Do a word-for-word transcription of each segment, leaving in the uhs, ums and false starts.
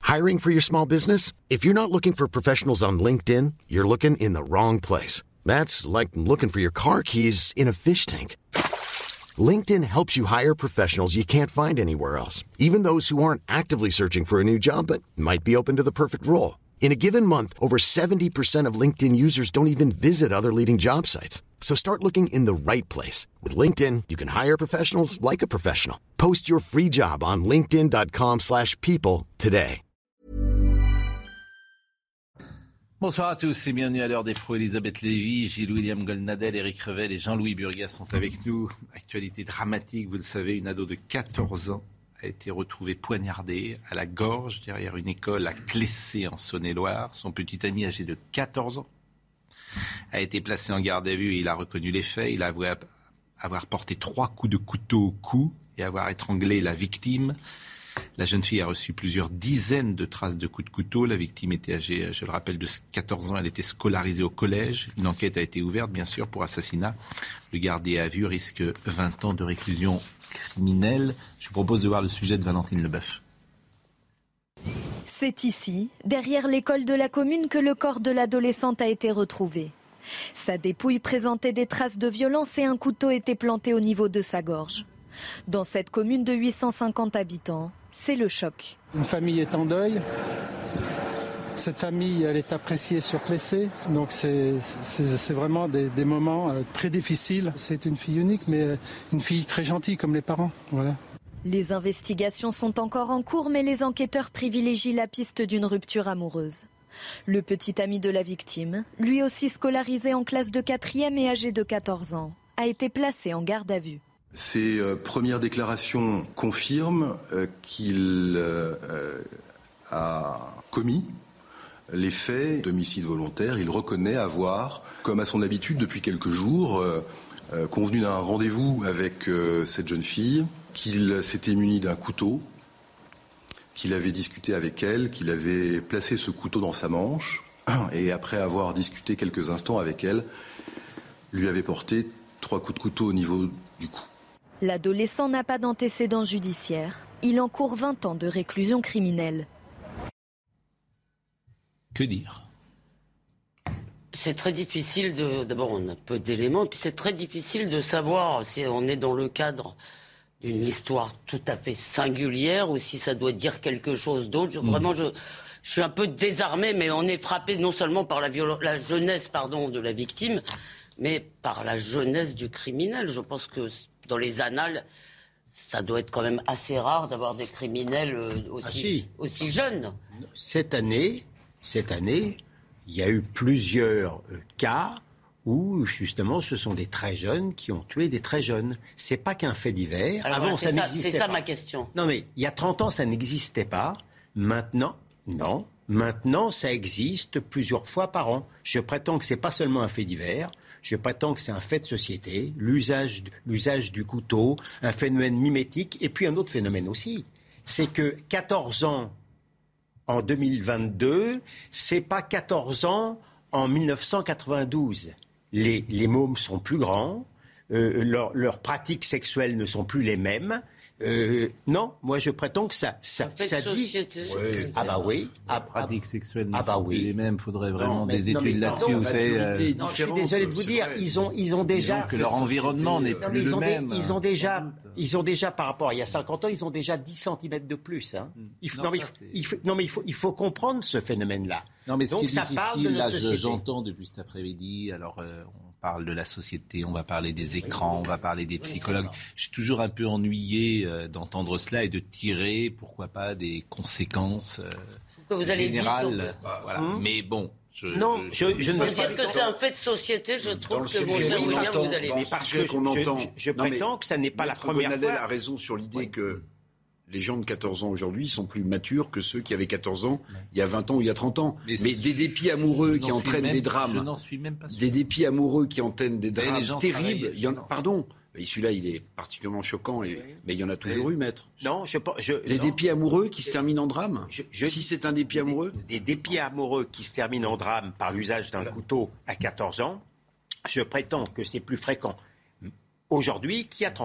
Hiring for your small business? If you're not looking for professionals on LinkedIn, you're looking in the wrong place. That's like looking for your car keys in a fish tank. LinkedIn helps you hire professionals you can't find anywhere else, even those who aren't actively searching for a new job but might be open to the perfect role. In a given month, over seventy percent of LinkedIn users don't even visit other leading job sites. So start looking in the right place. With LinkedIn, you can hire professionals like a professional. Post your free job on linkedin.com slash people today. Bonsoir à tous et bienvenue à l'heure des pros. Elisabeth Lévy, Gilles-William Goldnadel, Éric Revel et Jean-Louis Burgas sont avec nous. Actualité dramatique, vous le savez, une ado de quatorze ans a été retrouvée poignardée à la gorge derrière une école à Clessé en Saône-et-Loire. Son petit ami âgé de quatorze ans a été placé en garde à vue et il a reconnu les faits. Il a avoué avoir porté trois coups de couteau au cou et avoir étranglé la victime. La jeune fille a reçu plusieurs dizaines de traces de coups de couteau. La victime était âgée, je le rappelle, de quatorze ans. Elle était scolarisée au collège. Une enquête a été ouverte, bien sûr, pour assassinat. Le gardé à vue risque vingt ans de réclusion criminelle. Je vous propose de voir le sujet de Valentine Leboeuf. C'est ici, derrière l'école de la commune, que le corps de l'adolescente a été retrouvé. Sa dépouille présentait des traces de violence et un couteau était planté au niveau de sa gorge. Dans cette commune de huit cent cinquante habitants, c'est le choc. Une famille est en deuil. Cette famille, elle est appréciée sur Clessé. Donc c'est, c'est, c'est vraiment des, des moments très difficiles. C'est une fille unique, mais une fille très gentille comme les parents. Voilà. Les investigations sont encore en cours, mais les enquêteurs privilégient la piste d'une rupture amoureuse. Le petit ami de la victime, lui aussi scolarisé en classe de quatrième et âgé de quatorze ans, a été placé en garde à vue. Ces euh, premières déclarations confirment euh, qu'il euh, a commis les faits d'homicide volontaire. Il reconnaît avoir, comme à son habitude depuis quelques jours, euh, euh, convenu d'un rendez-vous avec euh, cette jeune fille, qu'il s'était muni d'un couteau, qu'il avait discuté avec elle, qu'il avait placé ce couteau dans sa manche et après avoir discuté quelques instants avec elle, lui avait porté trois coups de couteau au niveau du cou. L'adolescent n'a pas d'antécédent judiciaire. Il encourt vingt ans de réclusion criminelle. Que dire ? C'est très difficile de... D'abord, on a peu d'éléments, et puis c'est très difficile de savoir si on est dans le cadre d'une histoire tout à fait singulière ou si ça doit dire quelque chose d'autre. Mmh. Vraiment, je, je suis un peu désarmé, mais on est frappé non seulement par la, viol... la jeunesse pardon, de la victime, mais par la jeunesse du criminel. Je pense que dans les annales, ça doit être quand même assez rare d'avoir des criminels aussi, ah si. aussi jeunes. Cette année, cette année, il y a eu plusieurs cas où, justement, ce sont des très jeunes qui ont tué des très jeunes. C'est pas qu'un fait divers. Alors, Avant, voilà, ça c'est n'existait ça, c'est pas. ça ma question. Non, mais il y a trente ans, ça n'existait pas. Maintenant, non. Maintenant, ça existe plusieurs fois par an. Je prétends que c'est pas seulement un fait divers. Je prétends que c'est un fait de société, l'usage, l'usage du couteau, un phénomène mimétique. Et puis un autre phénomène aussi, c'est que quatorze ans en deux mille vingt-deux, c'est pas quatorze ans en dix-neuf cent quatre-vingt-douze. Les, les mômes sont plus grands, euh, leur, leurs pratiques sexuelles ne sont plus les mêmes. Euh, non, moi je prétends que ça, ça, ça dit. Ouais, ah bah oui. Ah, pratiques sexuelles ne ah bah sont oui. plus les mêmes. Faudrait vraiment non, mais, non, des études là-dessus. Non, vous savez, euh... non, je suis désolé de vous dire, vrai. ils ont, ils ont déjà que leur environnement n'est plus non, le même. Des, ils ont déjà, ils ont déjà par rapport à il y a cinquante ans, ils ont déjà dix centimètres de plus. Hein. Il faut, non, non, mais, ça, il faut, non mais il faut, il faut comprendre ce phénomène-là. Non mais ce Donc, qui est ça difficile, parle de là, notre j'entends depuis cet après-midi. Alors. Euh, On parle de la société, on va parler des écrans, on va parler des psychologues. Je suis toujours un peu ennuyé euh, d'entendre cela et de tirer, pourquoi pas, des conséquences euh, vous générales. Voilà. Hum. Mais bon, je, non, je, je, je ne veux dire que c'est un fait de société. Je trouve que mon cher William, vous allez. Mais parce que qu'on entend, je, je prétends que ça n'est pas la première Goldnadel fois. a raison sur l'idée oui. que les gens de quatorze ans aujourd'hui sont plus matures que ceux qui avaient quatorze ans ouais. il y a vingt ans ou il y a trente ans. Mais, Mais des dépits amoureux qui entraînent même, des drames, je n'en suis même pas sûr. Des dépits amoureux qui entraînent des drames terribles. Il y en, non. Pardon, mais celui-là il est particulièrement choquant, et, mais il y en a toujours mais, eu, maître. Non, je, je, des non. dépits amoureux qui se terminent en drame. Je, je, si c'est un dépit amoureux, des, des dépits amoureux qui se terminent en drame par l'usage d'un voilà. couteau à quatorze ans, je prétends que c'est plus fréquent aujourd'hui qu'il y a trente ans.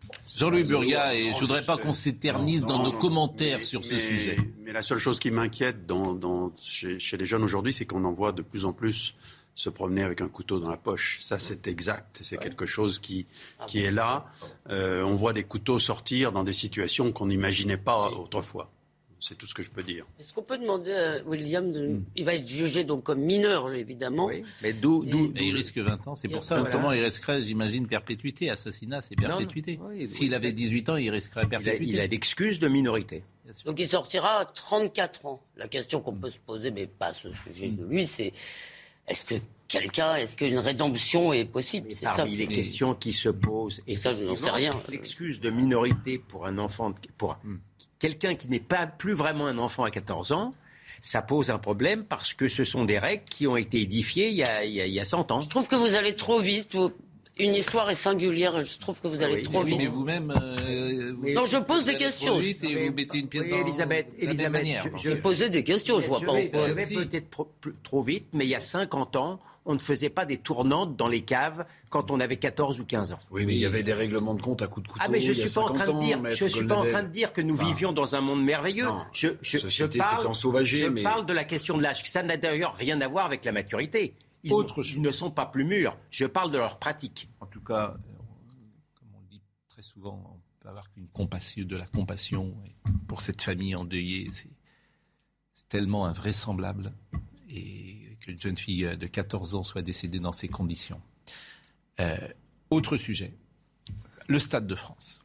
Jean-Louis Burgat, et je ne voudrais pas qu'on s'éternise non, dans non, nos commentaires mais, sur ce mais, sujet. Mais la seule chose qui m'inquiète dans, dans, chez, chez les jeunes aujourd'hui, c'est qu'on en voit de plus en plus se promener avec un couteau dans la poche. Ça, c'est exact. C'est quelque chose qui, qui est là. Euh, on voit des couteaux sortir dans des situations qu'on n'imaginait pas autrefois. C'est tout ce que je peux dire. Est-ce qu'on peut demander à William de... mm. Il va être jugé donc comme mineur, évidemment. Oui, mais d'où, d'où, d'où il risque vingt ans. C'est pour ça, notamment, il risquerait, j'imagine, perpétuité. Assassinat, c'est perpétuité. Non, oui, S'il oui, avait dix-huit ans, il risquerait perpétuité. Il a, il a l'excuse de minorité. Donc il sortira à trente-quatre ans. La question qu'on peut se poser, mais pas ce sujet de lui, c'est est-ce que quelqu'un, est-ce qu'une rédemption est possible? C'est parmi ça. les mais... questions qui se posent. Et ça, je n'en sais rien. L'excuse de minorité pour un enfant, pour mm. quelqu'un qui n'est pas plus vraiment un enfant à quatorze ans, ça pose un problème parce que ce sont des règles qui ont été édifiées il y a, il y a, il y a cent ans. Je trouve que vous allez trop vite. Une histoire est singulière. Je trouve que vous allez oui, trop mais vite. Mais vous-même. Euh, mais non, je pose des questions. Trop vite et mais, vous mettez une pièce oui, dans Elisabeth, la Elisabeth, manière. Je, je vais poser des questions. Je, je vois je pas. Vais, je vais peut-être pro, trop vite, mais il y a cinquante ans, on ne faisait pas des tournantes dans les caves quand on avait quatorze ou quinze ans. Oui, mais il y avait des règlements de compte à coups de couteau. Ah, mais je suis pas en train de dire, ans, je suis pas en train de dire que nous enfin, vivions dans un monde merveilleux. Non, je, je, je parle, je mais... parle de la question de l'âge. Ça n'a d'ailleurs rien à voir avec la maturité. Ils, Autre ils ne sont pas plus mûrs. Je parle de leur pratique. En tout cas, comme on le dit très souvent, on peut avoir qu'une compassion, de la compassion pour cette famille endeuillée. C'est, c'est tellement invraisemblable. Et qu'une jeune fille de quatorze ans soit décédée dans ces conditions. Euh, autre sujet, le Stade de France.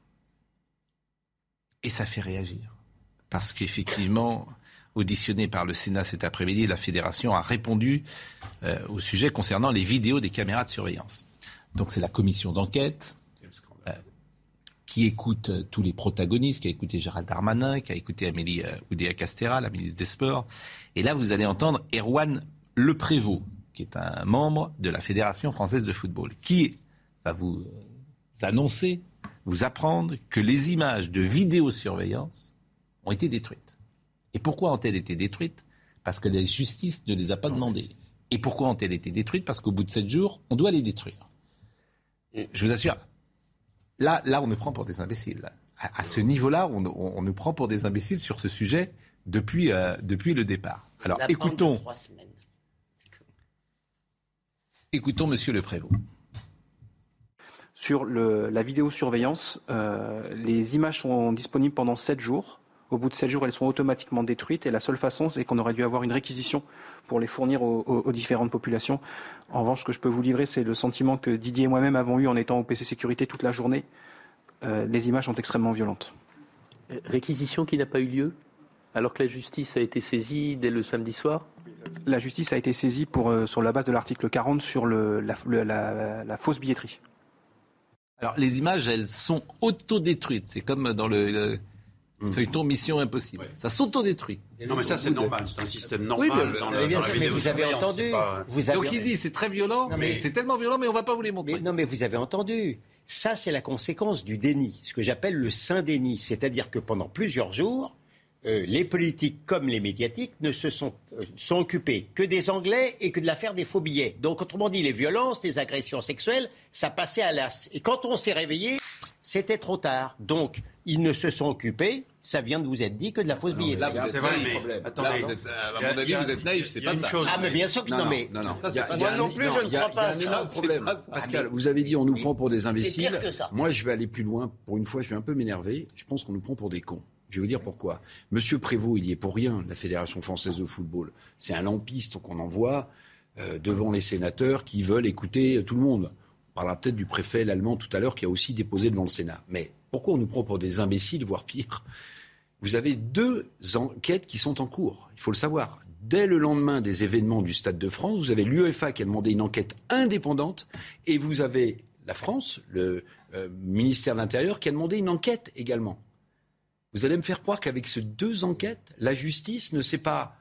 Et ça fait réagir. Parce qu'effectivement, auditionné par le Sénat cet après-midi, la Fédération a répondu euh, au sujet concernant les vidéos des caméras de surveillance. Donc c'est la commission d'enquête euh, qui écoute euh, tous les protagonistes, qui a écouté Gérald Darmanin, qui a écouté Amélie euh, Oudéa-Castéra, la ministre des Sports. Et là, vous allez entendre Erwan Le Prévost, qui est un membre de la Fédération française de football, qui va vous annoncer, vous apprendre que les images de vidéosurveillance ont été détruites. Et pourquoi ont-elles été détruites ? Parce que la justice ne les a pas demandées. Et pourquoi ont-elles été détruites ? Parce qu'au bout de sept jours, on doit les détruire. Je vous assure, là, là on nous prend pour des imbéciles. À, à ce niveau-là, on, on, on nous prend pour des imbéciles sur ce sujet depuis, euh, depuis le départ. Alors, la écoutons... Écoutons Monsieur Le Prévost. Sur le, la vidéosurveillance, euh, les images sont disponibles pendant sept jours. Au bout de sept jours, elles sont automatiquement détruites et la seule façon, c'est qu'on aurait dû avoir une réquisition pour les fournir aux, aux, aux différentes populations. En revanche, ce que je peux vous livrer, c'est le sentiment que Didier et moi-même avons eu en étant au P C Sécurité toute la journée. Euh, les images sont extrêmement violentes. Réquisition qui n'a pas eu lieu, alors que la justice a été saisie dès le samedi soir ? La justice a été saisie pour, euh, sur la base de l'article quarante sur le, la, le, la, la fausse billetterie. Alors, les images, elles sont autodétruites. C'est comme dans le... le... feuilleton Mission Impossible. Ouais. Ça s'autodétruit. Non, mais ça, c'est normal. C'est un système normal. Oui, mais, dans le, bien dans sûr, mais vous avez entendu. Pas... Vous avez... Donc, il dit, c'est très violent, non, mais... c'est tellement violent, mais on ne va pas vous les montrer. Mais, non, mais vous avez entendu. Ça, c'est la conséquence du déni, ce que j'appelle le saint déni. C'est-à-dire que pendant plusieurs jours, euh, les politiques comme les médiatiques ne se sont, euh, sont occupés que des Anglais et que de l'affaire des faux billets. Donc, autrement dit, les violences, les agressions sexuelles, ça passait à l'as. Et quand on s'est réveillé, c'était trop tard. Donc, ils ne se sont occupés, ça vient de vous être dit, que de la fausse billetterie. Là, vous êtes naïf. Attendez, là, vous êtes, à mon avis, vous êtes naïf, c'est pas ça. Ah, mais bien sûr que non, mais... Non, non, ça, c'est pas moi non plus, je ne crois pas. Il y a un problème. Pascal, vous avez dit, on nous prend pour des imbéciles. C'est pire que ça. Moi, je vais aller plus loin. Pour une fois, je vais un peu m'énerver. Je pense qu'on nous prend pour des cons. Je vais vous dire pourquoi. Monsieur Prévost, il y est pour rien, la Fédération française de football. C'est un lampiste qu'on envoie euh, devant les sénateurs qui veulent écouter tout le monde. On parlera peut-être du préfet l'allemand tout à l'heure qui a aussi déposé devant le Sénat. Mais pourquoi on nous prend pour des imbéciles, voire pire ? Vous avez deux enquêtes qui sont en cours, il faut le savoir. Dès le lendemain des événements du Stade de France, vous avez l'UEFA qui a demandé une enquête indépendante et vous avez la France, le euh, ministère de l'Intérieur, qui a demandé une enquête également. Vous allez me faire croire qu'avec ces deux enquêtes, la justice ne s'est pas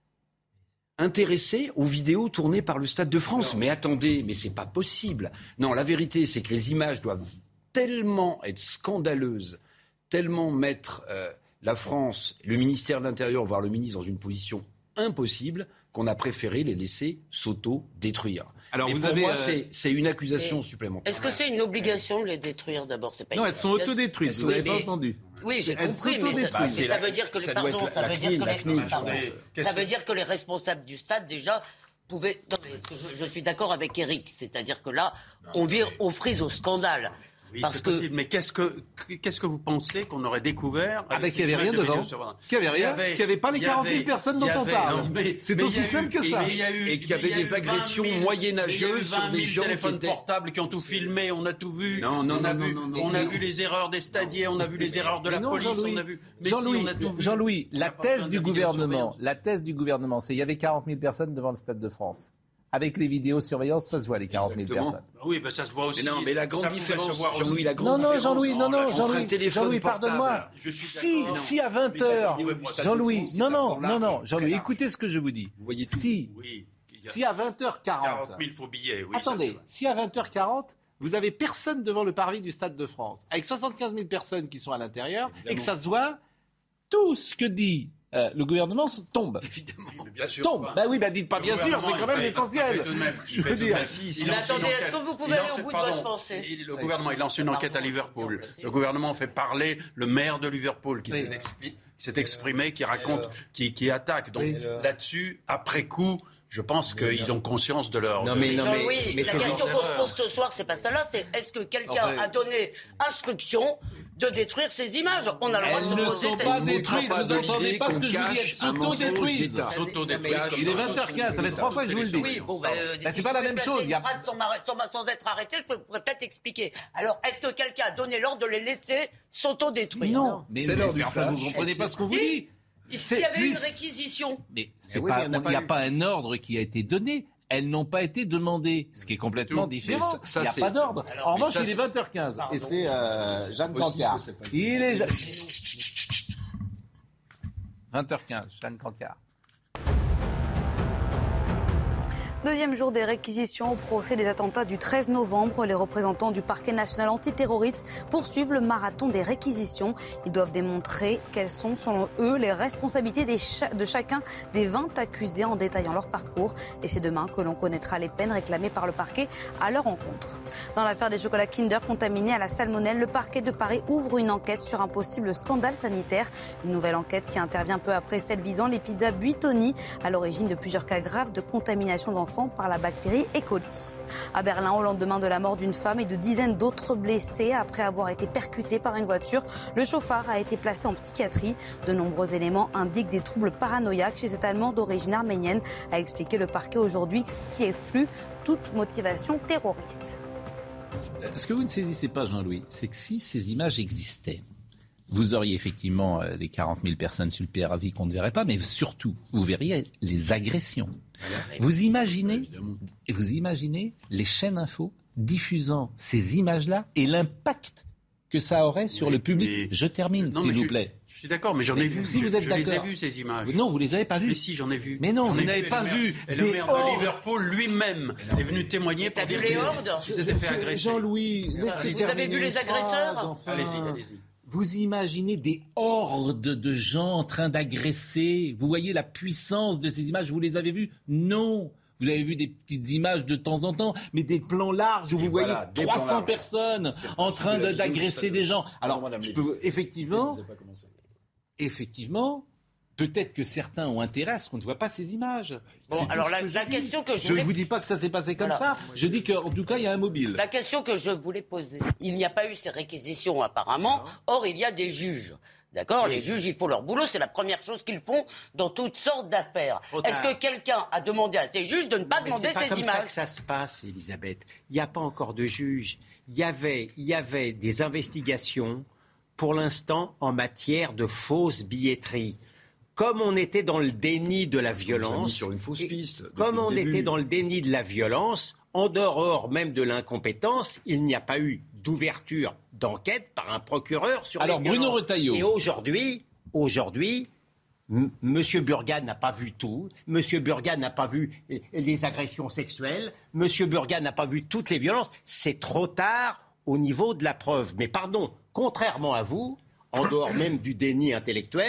intéressée aux vidéos tournées par le Stade de France. Mais attendez, mais c'est pas possible. Non, la vérité, c'est que les images doivent tellement être scandaleuses, tellement mettre euh, la France, le ministère de l'Intérieur, voire le ministre, dans une position impossible qu'on a préféré les laisser s'auto-détruire. Alors Mais vous pour avez, moi, euh... c'est, c'est une accusation Et supplémentaire. Est-ce que c'est une obligation de les détruire d'abord? C'est pas Non, une elles sont autodétruites, vous n'avez pas entendu. Oui, j'ai elles compris, mais, ça, bah, mais ça veut dire que les, pardon, ça veut dire que les, pardon, ça veut dire que les responsables du stade déjà pouvaient. Non, mais je, je suis d'accord avec Eric, c'est-à-dire que là, non, on vire mais... au frise au scandale. Oui, parce c'est que... possible. Mais qu'est-ce que, qu'est-ce que vous pensez qu'on aurait découvert ah, avec qu'il n'y avait rien devant, qu'il n'y avait rien, qu'il n'y avait pas les quarante mille personnes dont on parle. Mais, c'est mais aussi simple eu, que ça. Et, y a eu, et qu'il y avait des agressions moyenâgeuses sur des gens téléphones qui étaient... portables qui ont tout filmé, on a tout vu. Non, non, on a non, vu, non, non, on non, a non. vu les erreurs des stadiers, on a vu les erreurs de la non, police, Jean-Louis, on a vu. Mais Jean-Louis, si, on a tout vu. Jean-Louis, la thèse du gouvernement, la thèse du gouvernement, c'est il y avait quarante mille personnes devant le Stade de France. Avec les vidéosurveillances, ça se voit, les quarante mille personnes. Oui, ben ça se voit aussi. Mais non, mais la grande différence, Jean-Louis, la non, grande non, différence Jean-Louis, non, non, Jean-Louis, Jean-Louis, pardonne-moi. Si, si à vingt heures, Jean-Louis, non, non, non, non, Jean-Louis, écoutez ce que je vous dis. Vous voyez tout. Si, si à vingt heures quarante, quarante mille faux billets, oui. Attendez, si à vingt heures quarante, vous avez personne devant le parvis du Stade de France, avec soixante-quinze mille personnes qui sont à l'intérieur, et que ça se voit, tout ce que dit Euh, le gouvernement tombe. Évidemment, bien sûr. Tombe. Ben bah oui, bah dites pas bien sûr, c'est quand même l'essentiel. Je veux dire. Mais attendez, est-ce que vous pouvez aller au bout de votre pensée? Le gouvernement, il lance une enquête à Liverpool. Le gouvernement fait parler le maire de Liverpool qui s'est, expli- qui s'est exprimé, qui raconte, qui, qui attaque. Donc là-dessus, après coup, je pense qu'ils ont conscience de leur... Non, mais, non, mais, oui, mais la question qu'on se pose ce soir, c'est pas ça là, c'est est-ce que quelqu'un enfin, a donné instruction de détruire ces images? On a le droit de se poser cette question. Elles ne sont pas détruites, vous n'entendez pas ce que je vous dis, elles s'auto-détruisent. Il est vingt heures quinze, ça fait trois fois que je vous le dis. Oui, bon, ben, euh, ben, c'est pas la même chose. Il y a... sans, sans, sans être arrêté, je pourrais peut-être expliquer. Alors, est-ce que quelqu'un a donné l'ordre de les laisser s'auto-détruire? Non, mais c'est l'ordre du flash. Vous ne comprenez pas ce qu'on vous dit. S'il y avait plus... une réquisition. Mais il n'y a pas un ordre qui a été donné. Elles n'ont pas été demandées, ce qui est complètement différent. Ça, ça, il n'y a c'est... pas d'ordre. Alors, en revanche, il est vingt heures quinze. Pardon. Et c'est euh, Jeanne Cancard. Il est... vingt heures quinze, Jeanne Cancard. Deuxième jour des réquisitions au procès des attentats du treize novembre. Les représentants du parquet national antiterroriste poursuivent le marathon des réquisitions. Ils doivent démontrer quelles sont, selon eux, les responsabilités des ch- de chacun des vingt accusés en détaillant leur parcours. Et c'est demain que l'on connaîtra les peines réclamées par le parquet à leur encontre. Dans l'affaire des chocolats Kinder contaminés à la salmonelle, le parquet de Paris ouvre une enquête sur un possible scandale sanitaire. Une nouvelle enquête qui intervient peu après celle visant les pizzas Buitoni, à l'origine de plusieurs cas graves de contamination d'enfants par la bactérie E. coli. À Berlin, au lendemain de la mort d'une femme et de dizaines d'autres blessés après avoir été percuté par une voiture, le chauffard a été placé en psychiatrie. De nombreux éléments indiquent des troubles paranoïaques chez cet Allemand d'origine arménienne, a expliqué le parquet aujourd'hui, ce qui exclut toute motivation terroriste. Ce que vous ne saisissez pas, Jean-Louis, c'est que si ces images existaient, vous auriez effectivement euh, les quarante mille personnes sur le P R A V qu'on ne verrait pas, mais surtout, vous verriez les agressions. Vous imaginez, et vous imaginez les chaînes info diffusant ces images-là et l'impact que ça aurait sur oui, le public. Mais... Je termine, non, s'il vous plaît. Je suis d'accord, mais j'en ai mais vu. Si vous êtes je d'accord. les ai vues, ces images. Non, vous les avez pas vues. Mais si, j'en ai vu. Mais non, j'en vous n'avez vu, pas vu. Et le maire de Liverpool lui-même est venu témoigner pour dire qu'il s'était fait agresser. Jean-Louis, laissez Vous avez vu les agresseurs enfin. Allez-y, allez-y. Vous imaginez des hordes de gens en train d'agresser. Vous voyez la puissance de ces images. Vous les avez vues? Non. Vous avez vu des petites images de temps en temps, mais des plans larges où vous voyez voilà, trois cents personnes en train de, d'agresser des gens. Alors, je peux, effectivement, effectivement, peut-être que certains ont intérêt à ce qu'on ne voit pas ces images. Bon, c'est alors la, la question que je voulais... Je ne vous dis pas que ça s'est passé comme voilà. ça. Je dis qu'en tout cas, il y a un mobile. La question que je voulais poser, il n'y a pas eu ces réquisitions apparemment, or il y a des juges. D'accord, oui. Les juges, ils font leur boulot, c'est la première chose qu'ils font dans toutes sortes d'affaires. Est-ce que quelqu'un a demandé à ces juges de ne pas non, demander ces images? C'est pas comme ça que ça se passe, Elisabeth. Il n'y a pas encore de juges. Il y avait, il y avait des investigations, pour l'instant, en matière de fausse billetterie. Comme on était dans le déni de la violence, sur une fausse piste, comme on était dans le déni de la violence, en dehors même de l'incompétence, il n'y a pas eu d'ouverture d'enquête par un procureur sur Alors, les violences. Bruno Retailleau. Et aujourd'hui, aujourd'hui, M. Monsieur Burga n'a pas vu tout. Monsieur Burga n'a pas vu les agressions sexuelles. Monsieur Burga n'a pas vu toutes les violences. C'est trop tard au niveau de la preuve. Mais pardon, contrairement à vous, en dehors même du déni intellectuel,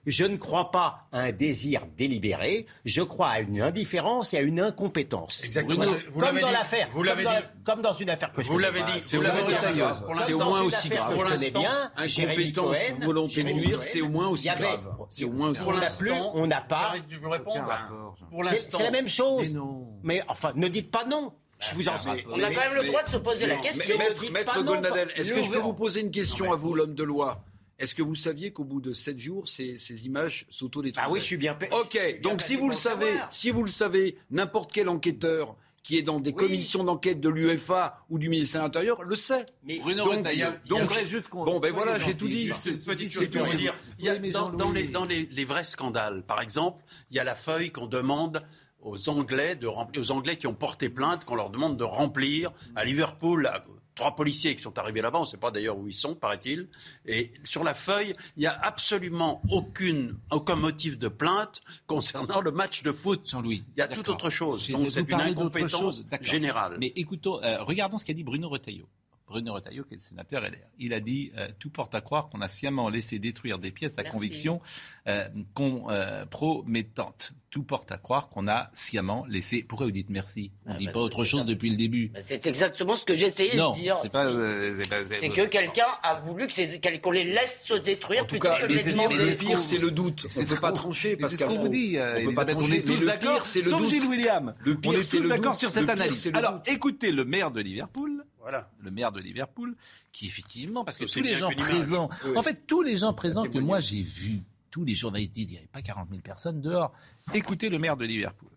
Je ne crois pas à un désir délibéré, je crois à une indifférence et à une incompétence. Exactement. Bruno, vous comme l'avez dans dit, l'affaire, vous l'avez comme, dit. dans, comme dans une affaire que je vous connais l'avez pas. dit, C'est vous au l'avez moins dit. aussi grave. C'est au moins aussi grave. Pour l'instant, Incompétence ou volonté de nuire, c'est au moins aussi avait, grave. C'est au moins aussi on n'a grave. plus, on n'a pas. Je vous réponds. Pour C'est, l'instant. c'est la même chose. Mais non. Mais enfin, ne dites pas non. Je vous en prie. On a quand même le droit de se poser la question. Mais, maître, dites maître pas non, Golnadel, est-ce que je peux l'ouvrons. vous poser une question à vous, l'homme de loi ? Est-ce que vous saviez qu'au bout de sept jours, ces, ces images s'autodétruisaient ? Ah oui, je suis bien. Pa- Ok, je suis bien donc si placé vous le pour savez, savoir. si vous le savez, n'importe quel enquêteur qui est dans des Oui. commissions d'enquête de l'U F A ou du ministère de l'Intérieur le sait. Mais Bruno Donc, Retailleau, il donc, faudrait juste qu'on bon, ben soit voilà, les j'ai tout gentils. dit. Juste Une une petite petite chose pour vous dire. Il y a, Oui, mais dans, Jean-Louis. dans les, dans les, les vrais scandales, par exemple, il y a la feuille qu'on demande aux Anglais, de remplir, aux Anglais qui ont porté plainte, qu'on leur demande de remplir à Liverpool. À, trois policiers qui sont arrivés là-bas, on ne sait pas d'ailleurs où ils sont, paraît-il. Et sur la feuille, il n'y a absolument aucune, aucun motif de plainte concernant le match de foot. Jean-Louis. Il y a toute autre chose. Je- Donc vous c'est une parlez d'autre incompétence chose, d'accord. générale. Mais écoutons, euh, regardons ce qu'a dit Bruno Retailleau. Bruno Retailleau, qui est le sénateur L R. Il a dit euh, tout porte à croire qu'on a sciemment laissé détruire des pièces à Merci. conviction euh, compromettantes. Tout porte à croire qu'on a sciemment laissé. Pourquoi vous dites merci ? On ne Ah, dit parce pas que autre c'est chose ça. depuis le début. Ben, c'est exactement ce que j'essayais Non, de dire. c'est pas. Si. euh, c'est pas- C'est que quelqu'un a voulu que ces- qu'on les laisse se détruire En tout plutôt cas, que de le les pire, demander. le pire, c'est le doute. On ne C'est peut pas ce qu'on- trancher Mais parce c'est ce qu'on qu'à- vous dit, euh, on peut pas Elisabeth, on trancher. est tous Mais le d'accord, pire, c'est le sauf doute. Gilles William. Le pire, on est c'est tous le d'accord doute. sur Le cette pire, analyse. c'est le Alors, doute. écoutez le maire de Liverpool. Voilà. Le maire de Liverpool, qui effectivement, parce que C'est tous les bien gens qu'une image. présents, Oui. en fait, tous les gens présents que témoigner. moi j'ai vus, tous les journalistes disent, il n'y avait pas quarante mille personnes dehors. Écoutez le maire de Liverpool.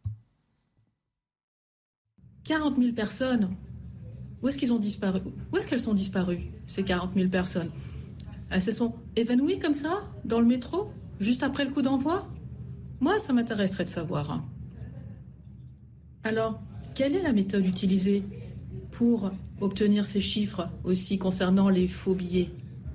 quarante mille personnes. Où est-ce qu'ils ont disparu ? Où est-ce qu'elles sont disparues, ces quarante mille personnes ? Elles se sont évanouies comme ça, dans le métro, juste après le coup d'envoi ? Moi, ça m'intéresserait de savoir. hein. Alors, quelle est la méthode utilisée pour obtenir ces chiffres aussi concernant les faux billets ?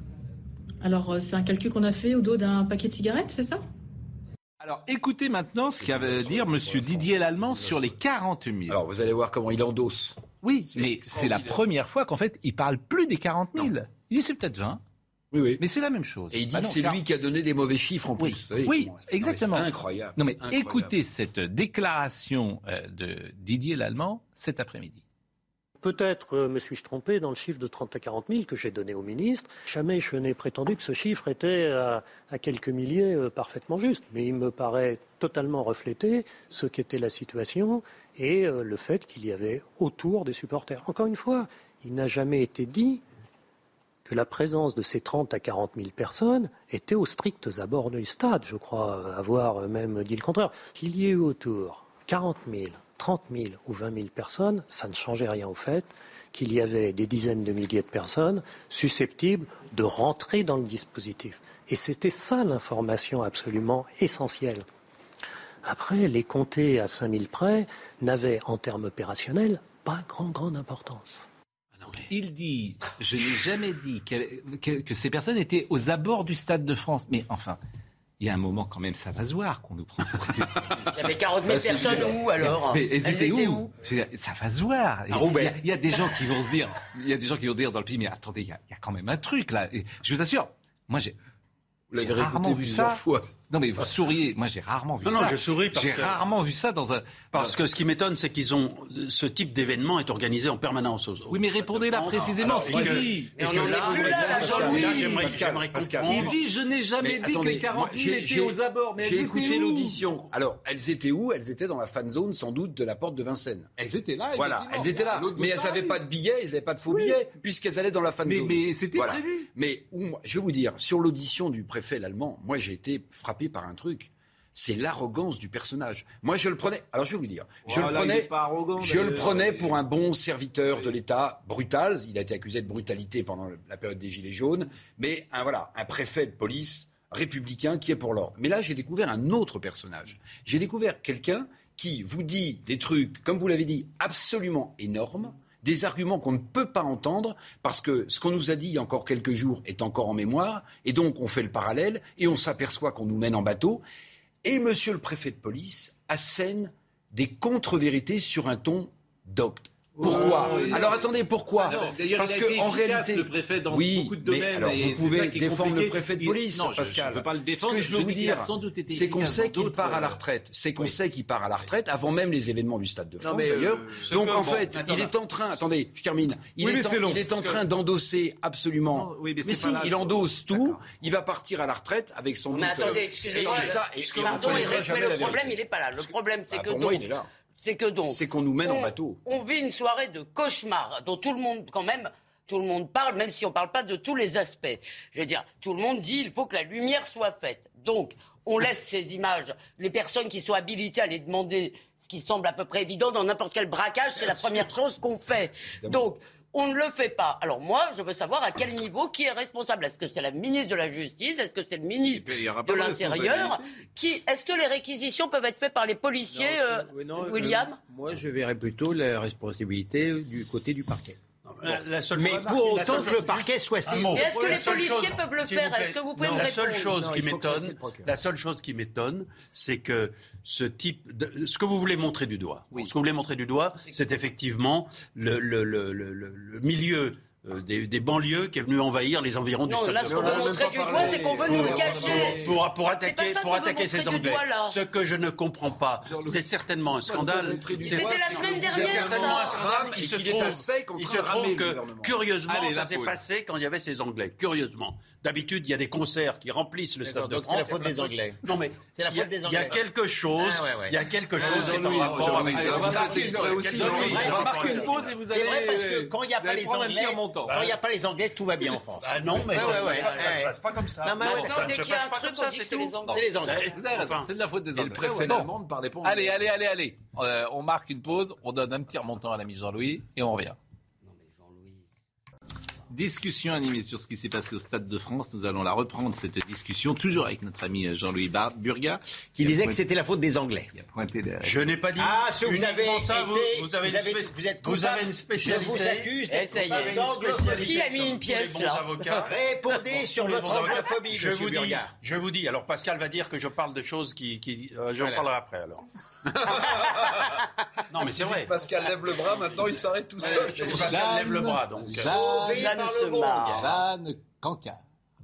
Alors, euh, c'est un calcul qu'on a fait au dos d'un paquet de cigarettes, c'est ça ? Alors, écoutez maintenant ce qu'a à dire M. Didier Lallemand sur les quarante mille. Alors, vous allez voir comment il endosse. oui, c'est mais c'est la extraordinaire. première fois qu'en fait, il parle plus des quarante mille. Il dit c'est peut-être vingt, Oui, oui. mais c'est la même chose. Et il dit Ah que non, c'est car- lui qui a donné des mauvais chiffres en plus. Oui, Vous savez oui, comment- exactement. Non, mais c'est incroyable. Non, mais c'est incroyable. écoutez cette déclaration euh, de Didier Lallemand cet après-midi. Peut-être euh, me suis-je trompé dans le chiffre de trente à quarante mille que j'ai donné au ministre. Jamais je n'ai prétendu que ce chiffre était à, à quelques milliers euh, parfaitement juste. Mais il me paraît totalement refléter ce qu'était la situation et euh, le fait qu'il y avait autour des supporters. Encore une fois, il n'a jamais été dit que la présence de ces trente à quarante mille personnes était aux stricts abords du stade. Je crois avoir même dit le contraire. Qu'il y ait eu autour quarante mille, trente mille ou vingt mille personnes, ça ne changeait rien au fait qu'il y avait des dizaines de milliers de personnes susceptibles de rentrer dans le dispositif. Et c'était ça l'information absolument essentielle. Après, les compter à cinq mille près n'avaient, en termes opérationnels, pas grand, grande importance. Il dit, je n'ai jamais dit que, que, que ces personnes étaient aux abords du Stade de France. Mais enfin, il y a un moment quand même, ça va se voir qu'on nous prend pour des... Il y avait quarante mille Bah, c'est personnes évident. où alors Mais elles étaient étaient où, Je veux dire, ça va se voir. Il y, a, il y a des gens qui vont se dire, il y a des gens qui vont dire dans le pays, mais attendez, il y a, il y a quand même un truc là. Et je vous assure, moi j'ai, Vous j'ai l'avez rarement réécouté vu plusieurs ça. fois. Non mais vous souriez, moi j'ai rarement vu Non, ça. non, je souris parce j'ai que- rarement vu ça dans un. Parce que ce qui m'étonne, c'est qu'ils ont ce type d'événement est organisé en permanence. Aux, Oui, mais répondez là précisément ce qu'il dit. Mais on n'en est plus là, là, Jean-Louis. Là, j'aimerais, Pascal, j'aimerais Pascal. comprendre. Il dit, je n'ai jamais Mais dit attendez, que les quarante mille moi, j'ai- étaient j'ai- aux abords. Mais elles J'ai étaient écouté où l'audition. Alors, elles étaient où ? Elles étaient dans la fan zone, sans doute, de la porte de Vincennes. Elles étaient là. Voilà, effectivement. elles étaient là. L'autre Mais elles pareil. n'avaient pas de billets, elles n'avaient pas de faux billets, puisqu'elles allaient dans la fan Mais- zone. mais c'était prévu. Mais où- je vais vous dire, sur l'audition du préfet l'allemand, moi j'ai été frappé par un truc. C'est l'arrogance du personnage. Moi, je le prenais. Alors, je vais vous dire, je Voilà, le il prenais. est pas arrogant, je le d'ailleurs. prenais pour un bon serviteur de l'État, brutal. Il a été accusé de brutalité pendant la période des Gilets jaunes, mais un voilà, un préfet de police républicain qui est pour l'ordre. Mais là, j'ai découvert un autre personnage. J'ai découvert quelqu'un qui vous dit des trucs, comme vous l'avez dit, absolument énormes. Des arguments qu'on ne peut pas entendre parce que ce qu'on nous a dit il y a encore quelques jours est encore en mémoire et donc on fait le parallèle et on s'aperçoit qu'on nous mène en bateau. Et monsieur le préfet de police assène des contre-vérités sur un ton docte. Pourquoi oh, oui. Alors attendez, pourquoi Alors, Parce que en réalité, le préfet dans oui, beaucoup de domaines. Mais alors, et vous pouvez défendre compliqué. le préfet de police, non, Pascal. Je ne veux pas le défendre. Ce que je veux je vous dire, c'est qu'on sait qu'il part à la retraite. C'est qu'on oui. sait qu'il part à la retraite avant même les événements du Stade de France, non, mais d'ailleurs. Euh, Donc en bon, fait, attends, il est en train. Attendez, je termine. Il, oui, est, en, il est en train d'endosser absolument. Non, oui, mais mais si, il endosse tout. Il va partir à la retraite avec son. Mais attendez, excusez-moi. Pardon, Eric, mais le problème, il n'est pas là. Le problème, c'est que donc. C'est que donc, c'est qu'on nous mène on, en bateau. On vit une soirée de cauchemar dont tout le monde, quand même, tout le monde parle, même si on ne parle pas de tous les aspects. Je veux dire, tout le monde dit il faut que la lumière soit faite. Donc, on laisse ces images. Les personnes qui sont habilitées à les demander, ce qui semble à peu près évident dans n'importe quel braquage, c'est la première chose qu'on fait. Donc, on ne le fait pas. Alors moi, je veux savoir à quel niveau, qui est responsable. Est-ce que c'est la ministre de la Justice ? Est-ce que c'est le ministre de l'Intérieur ? Qui, Est-ce que les réquisitions peuvent être faites par les policiers, non, euh, non, William ? euh, Moi, je verrais plutôt la responsabilité du côté du parquet. La, la seule mais pour autant que le parquet soit saisi. Mais est-ce que les policiers chose, peuvent le faire ? Est-ce que vous pouvez non, me la répondre ? seule chose non, qui m'étonne, la seule chose qui m'étonne, c'est que ce type, de, ce que vous voulez montrer du doigt, oui. ce que vous voulez montrer du doigt, c'est effectivement le, le, le, le, le milieu. Euh, des, des banlieues qui est venu envahir les environs non, du Stade là, de France. Non, là, ce qu'on veut montrer du doigt, c'est qu'on veut nous le cacher. Pour, pour, pour attaquer, pour attaquer ces Anglais. Doigt, ce que je ne comprends pas, c'est certainement un scandale. C'était la semaine dernière, c'est certainement un scandale. Il se trouve, il se trouve que, curieusement, Allez, ça s'est passé quand il y avait ces Anglais. Curieusement. D'habitude, il y a des concerts qui remplissent le Stade de France. C'est la faute des Anglais. Non, mais c'est la faute des Anglais. Il y a quelque chose, il y a quelque chose qui est en rapport avec ça. On va marquer une pause et vous allez. C'est vrai parce que quand il n'y a pas les Anglais, quand il n'y a pas les Anglais, tout va bien en France. Ah non, mais ça ne se passe pas comme ça. Non, mais dès qu'il y a un truc, on dit que c'est les Anglais. C'est les Anglais. Vous avez raison, c'est de la faute des Anglais. Et le préfet d'Allemagne ne parlait pas anglais. Allez, allez, allez, allez. On marque une pause, on donne un petit remontant à l'ami Jean-Louis et on revient. Discussion animée sur ce qui s'est passé au Stade de France. Nous allons la reprendre, cette discussion, toujours avec notre ami Jean-Louis Burga. Qui, qui disait pointé, que c'était la faute des Anglais. Qui a pointé des... Je n'ai pas dit. Ah, si vous avez ça, été, vous, vous, avez vous, avez, spé... vous êtes vous avez une spécialité. Je vous accuse d'être coupable. Qui a mis une pièce là ? Répondez sur votre anglophobie, je vous dis. Je vous dis. Alors Pascal va dire que je parle de choses qui... qui euh, je en parlerai après alors. Non mais c'est vrai. Pascal lève le bras, maintenant il s'arrête tout seul. Pascal lève le bras donc. Jeanne Cancard.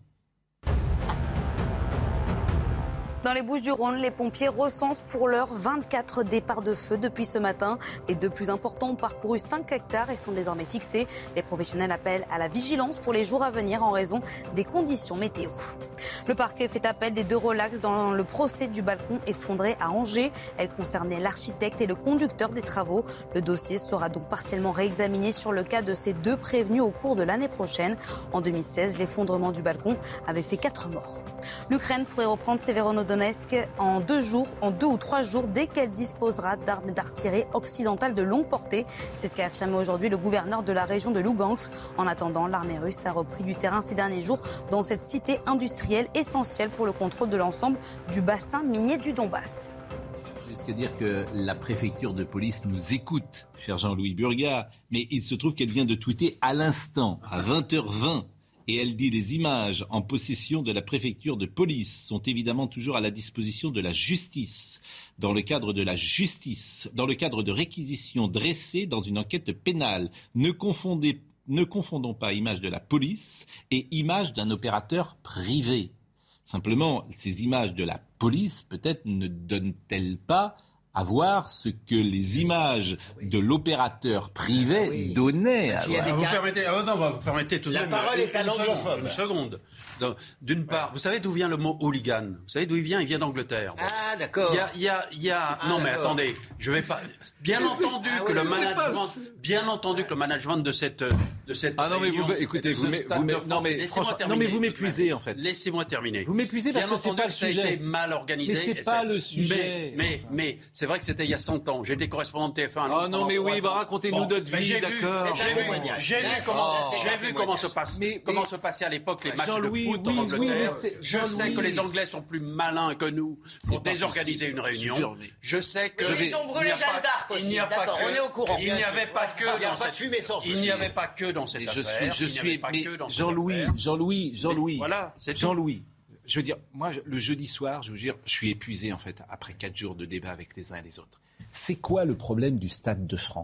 Dans les Bouches-du-Rhône, les pompiers recensent pour l'heure vingt-quatre départs de feu depuis ce matin. Les deux plus importants ont parcouru cinq hectares et sont désormais fixés. Les professionnels appellent à la vigilance pour les jours à venir en raison des conditions météo. Le parquet fait appel des deux relax dans le procès du balcon effondré à Angers. Elle concernait l'architecte et le conducteur des travaux. Le dossier sera donc partiellement réexaminé sur le cas de ces deux prévenus au cours de l'année prochaine. En deux mille seize, l'effondrement du balcon avait fait quatre morts. L'Ukraine pourrait reprendre Severodonetsk en deux jours, en deux ou trois jours, dès qu'elle disposera d'armes d'artillerie occidentales de longue portée. C'est ce qu'a affirmé aujourd'hui le gouverneur de la région de Lugansk. En attendant, l'armée russe a repris du terrain ces derniers jours dans cette cité industrielle essentielle pour le contrôle de l'ensemble du bassin minier du Donbass. Jusqu'à dire que la préfecture de police nous écoute, cher Jean-Louis Burga, mais il se trouve qu'elle vient de tweeter à l'instant, à vingt heures vingt. Et elle dit « Les images en possession de la préfecture de police sont évidemment toujours à la disposition de la justice. Dans le cadre de la justice, dans le cadre de réquisitions dressées dans une enquête pénale, ne confondez, ne confondons pas image de la police et image d'un opérateur privé. Simplement, ces images de la police, peut-être, ne donnent-elles pas à voir ce que les images de l'opérateur privé oui. donnaient. Ah, vous, cas... permettez, ah, non, vous permettez tout de La même. parole une, est à l'anglophone. Une seconde. D'une part, vous savez d'où vient le mot hooligan ? Vous savez d'où il vient ? Il vient d'Angleterre. Ah, d'accord. Il y a, il y a, il y a... Ah, non, mais attendez, je vais pas. Bien entendu ah, que oui, le management, bien entendu que le management de cette, de cette. Ah non, mais vous, écoutez, vous, vous, vous non mais franchement, non mais vous m'épuisez en fait. Laissez-moi terminer. Vous m'épuisez parce bien que c'est pas le sujet. Ça a été mal organisé. Mais c'est pas le sujet. Mais, mais, mais c'est vrai que c'était il y a cent ans. J'étais correspondant de T F un. Ah non, mais oui, bah racontez-nous notre vie, d'accord. J'ai vu, j'ai vu comment, j'ai vu comment se passe, comment se passaient à l'époque les matchs de foot en Angleterre. Je sais que les Anglais sont plus malins que nous pour désorganiser une réunion. Je sais que ils ont brûlé Jeanne d'Arc aussi. D'accord, on est au courant. Il n'y avait pas que dans cette. Il n'y avait pas que dans cette affaire. Je suis, mais Jean-Louis, Jean-Louis, Jean-Louis, voilà, c'est Jean-Louis. Je veux dire, moi, le jeudi soir, je veux dire, je suis épuisé en fait après quatre jours de débat avec les uns et les autres. C'est quoi le problème du Stade de France ?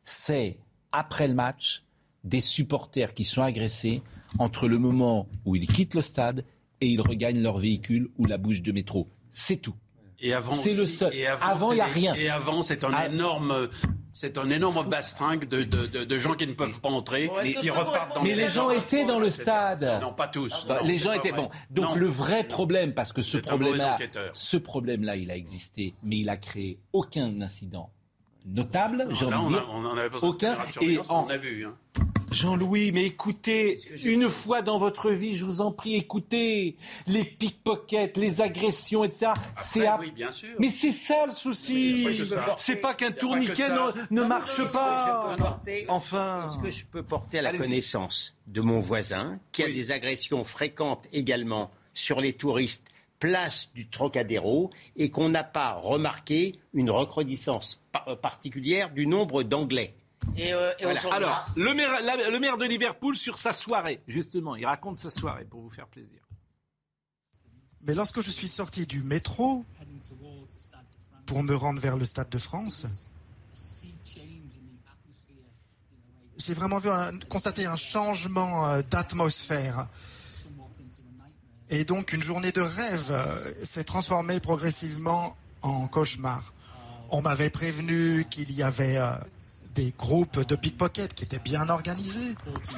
c'est, après le match, des supporters qui sont agressés entre le moment où ils quittent le stade et ils regagnent leur véhicule ou la bouche de métro. C'est tout. Et avant, c'est aussi, le seul. Et avant, avant, il n'y a rien. Et avant, c'est un ah. énorme... C'est un énorme bastringue de, de, de, de gens qui ne peuvent pas entrer et qui repartent dans Mais les gens étaient dans le stade. Non, pas tous. Bah, non, les gens étaient... Bon, donc non. le vrai problème, parce que ce problème-là, ce problème-là, il a existé, mais il a créé aucun incident notable, j'ai envie de dire. On en avait pas aucun. Et en... on a vu. Hein. Jean-Louis, mais écoutez, une fois dans votre vie, je vous en prie, écoutez, les pickpockets, les agressions, et cetera. Après, c'est à... oui, bien sûr. Mais c'est ça le souci. C'est, c'est pas qu'un tourniquet ne, ne marche non, pas. Porter, enfin, est-ce que je peux porter à la Allez-y. connaissance de mon voisin qui oui. a des agressions fréquentes également sur les touristes, place du Trocadéro, et qu'on n'a pas remarqué une recrudescence particulière du nombre d'Anglais. Et, euh, et voilà. Alors, le maire, la, le maire de Liverpool sur sa soirée, justement, il raconte sa soirée pour vous faire plaisir. Mais lorsque je suis sorti du métro pour me rendre vers le Stade de France, j'ai vraiment vu un, constaté un changement d'atmosphère. Et donc, une journée de rêve s'est transformée progressivement en cauchemar. On m'avait prévenu qu'il y avait euh, des groupes de pickpockets qui étaient bien organisés.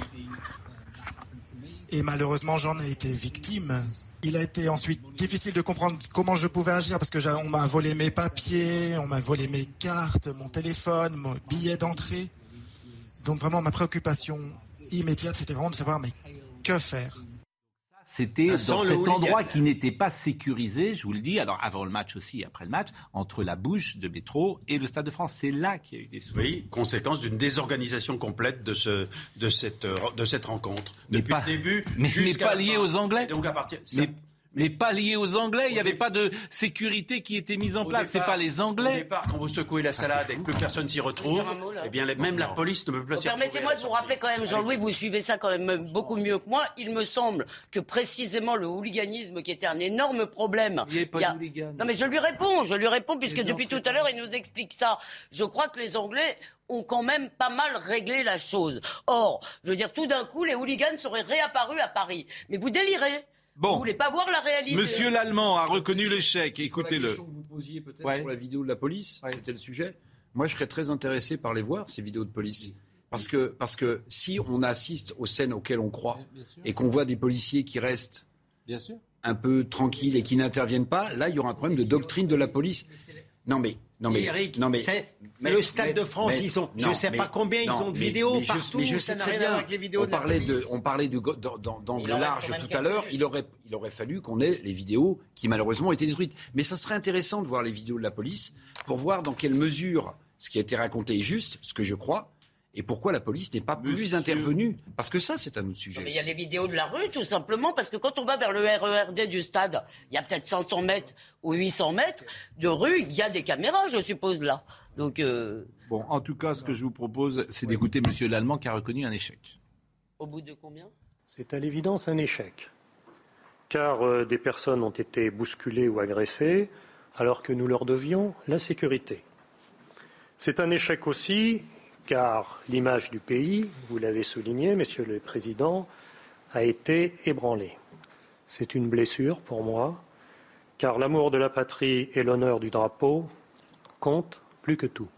Et malheureusement, j'en ai été victime. Il a été ensuite difficile de comprendre comment je pouvais agir parce que on m'a volé mes papiers, on m'a volé mes cartes, mon téléphone, mon billet d'entrée. Donc vraiment, ma préoccupation immédiate, c'était vraiment de savoir, mais que faire ? C'était dans cet endroit qui n'était pas sécurisé, je vous le dis, alors avant le match aussi et après le match, entre la bouche de métro et le Stade de France. C'est là qu'il y a eu des soucis. Oui, conséquence d'une désorganisation complète de, ce, de, cette, de cette rencontre. Mais Depuis pas, le début mais, jusqu'à mais pas lié aux Anglais. Donc à partir, ça... mais, mais pas lié aux Anglais, il n'y avait pas de sécurité qui était mise en place, départ, c'est pas les Anglais. Au départ, quand vous secouez la salade et que plus personne s'y retrouve, eh bien même la police ne peut plus s'y retrouver. Permettez-moi de vous rappeler quand même, Jean-Louis, vous suivez ça quand même beaucoup mieux que moi. Il me semble que précisément le hooliganisme, qui était un énorme problème... Il n'y avait pas il y a... de hooligan. Non mais je lui réponds, je lui réponds, puisque depuis tout à l'heure, il nous explique ça. Je crois que les Anglais ont quand même pas mal réglé la chose. Or, je veux dire, tout d'un coup, les hooligans seraient réapparus à Paris. Mais vous délirez. Bon. Vous voulez pas voir la réalité. Monsieur l'Allemand a reconnu l'échec, écoutez-le. La question que vous posiez peut-être ouais. sur la vidéo de la police, ouais. c'était le sujet. Moi, je serais très intéressé par les voir, ces vidéos de police. Parce que, parce que si on assiste aux scènes auxquelles on croit et qu'on voit des policiers qui restent bien sûr. un peu tranquilles et qui n'interviennent pas, là, il y aura un problème de doctrine de la police. Non mais... Non mais, Eric, non mais, mais le Stade mais, de France, mais, ils ont, je ne sais mais, pas combien non, ils ont de mais, vidéos mais partout. Je, mais je sais très bien. Avec les vidéos on, de parlait de, on parlait de d'angle large tout à l'heure. Il aurait, il aurait fallu qu'on ait les vidéos qui malheureusement ont été détruites. Mais ça serait intéressant de voir les vidéos de la police pour voir dans quelle mesure ce qui a été raconté est juste, ce que je crois. Et pourquoi la police n'est pas Monsieur. plus intervenue ? Parce que ça, c'est un autre sujet. Non, mais il y a les vidéos de la rue, tout simplement, parce que quand on va vers le R E R D du stade, il y a peut-être cinq cents mètres ou huit cents mètres de rue, il y a des caméras, je suppose, là. Donc, euh... Bon, en tout cas, ce que je vous propose, c'est d'écouter Monsieur l'Allemand qui a reconnu un échec. Au bout de combien ? C'est à l'évidence un échec. Car euh, des personnes ont été bousculées ou agressées, alors que nous leur devions la sécurité. C'est un échec aussi... car l'image du pays, vous l'avez souligné, Messieurs le Président, a été ébranlée. C'est une blessure pour moi, car l'amour de la patrie et l'honneur du drapeau comptent plus que tout.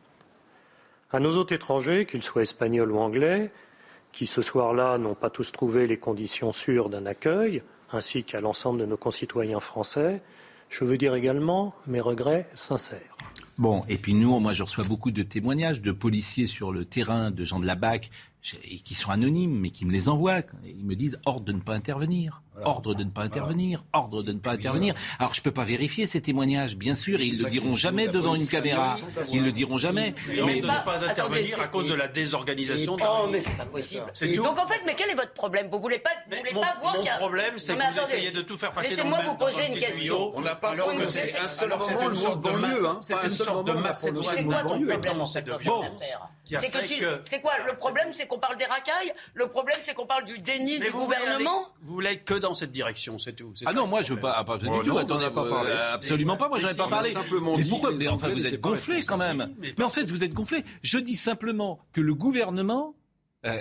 À nos hôtes étrangers, qu'ils soient espagnols ou anglais, qui ce soir-là n'ont pas tous trouvé les conditions sûres d'un accueil, ainsi qu'à l'ensemble de nos concitoyens français, je veux dire également mes regrets sincères. Bon, et puis nous, moi je reçois beaucoup de témoignages de policiers sur le terrain, de gens de la B A C, qui sont anonymes, mais qui me les envoient. Ils me disent ordre de ne pas intervenir, voilà. ordre de ne pas intervenir, voilà. ordre de ne pas intervenir. Alors je ne peux pas vérifier ces témoignages, bien sûr, et ils ne le diront jamais devant une caméra. Ils ne le diront jamais. Mais, mais de ne pas intervenir à cause de la désorganisation. Oh, mais c'est pas possible. C'est tout. Donc en fait, mais quel est votre problème ? Vous voulez pas, vous voulez mon, pas voir mon qu'il y a... problème, c'est que vous essayez de tout faire passer dans le même. Laissez-moi vous poser une question. On n'a pas alors que c'est un seul moment le mot banlieue, hein. C'est une sorte de masse. C'est quoi ton problème dans cette affaire ? C'est que tu, c'est quoi le problème ? C'est qu'on parle des racailles. Le problème, c'est qu'on parle du déni mais du vous gouvernement. Voulez aller, vous voulez que dans dans cette direction, c'est tout. C'est ah non, moi je veux pas, pas du oh tout. Non, Attendez, pas euh, absolument pas. Moi, j'en ai pas parlé. Simplement dit pourquoi mais enfin, vous êtes gonflé quand même. Mais, mais en fait, vous êtes gonflé. Je dis simplement que le gouvernement euh,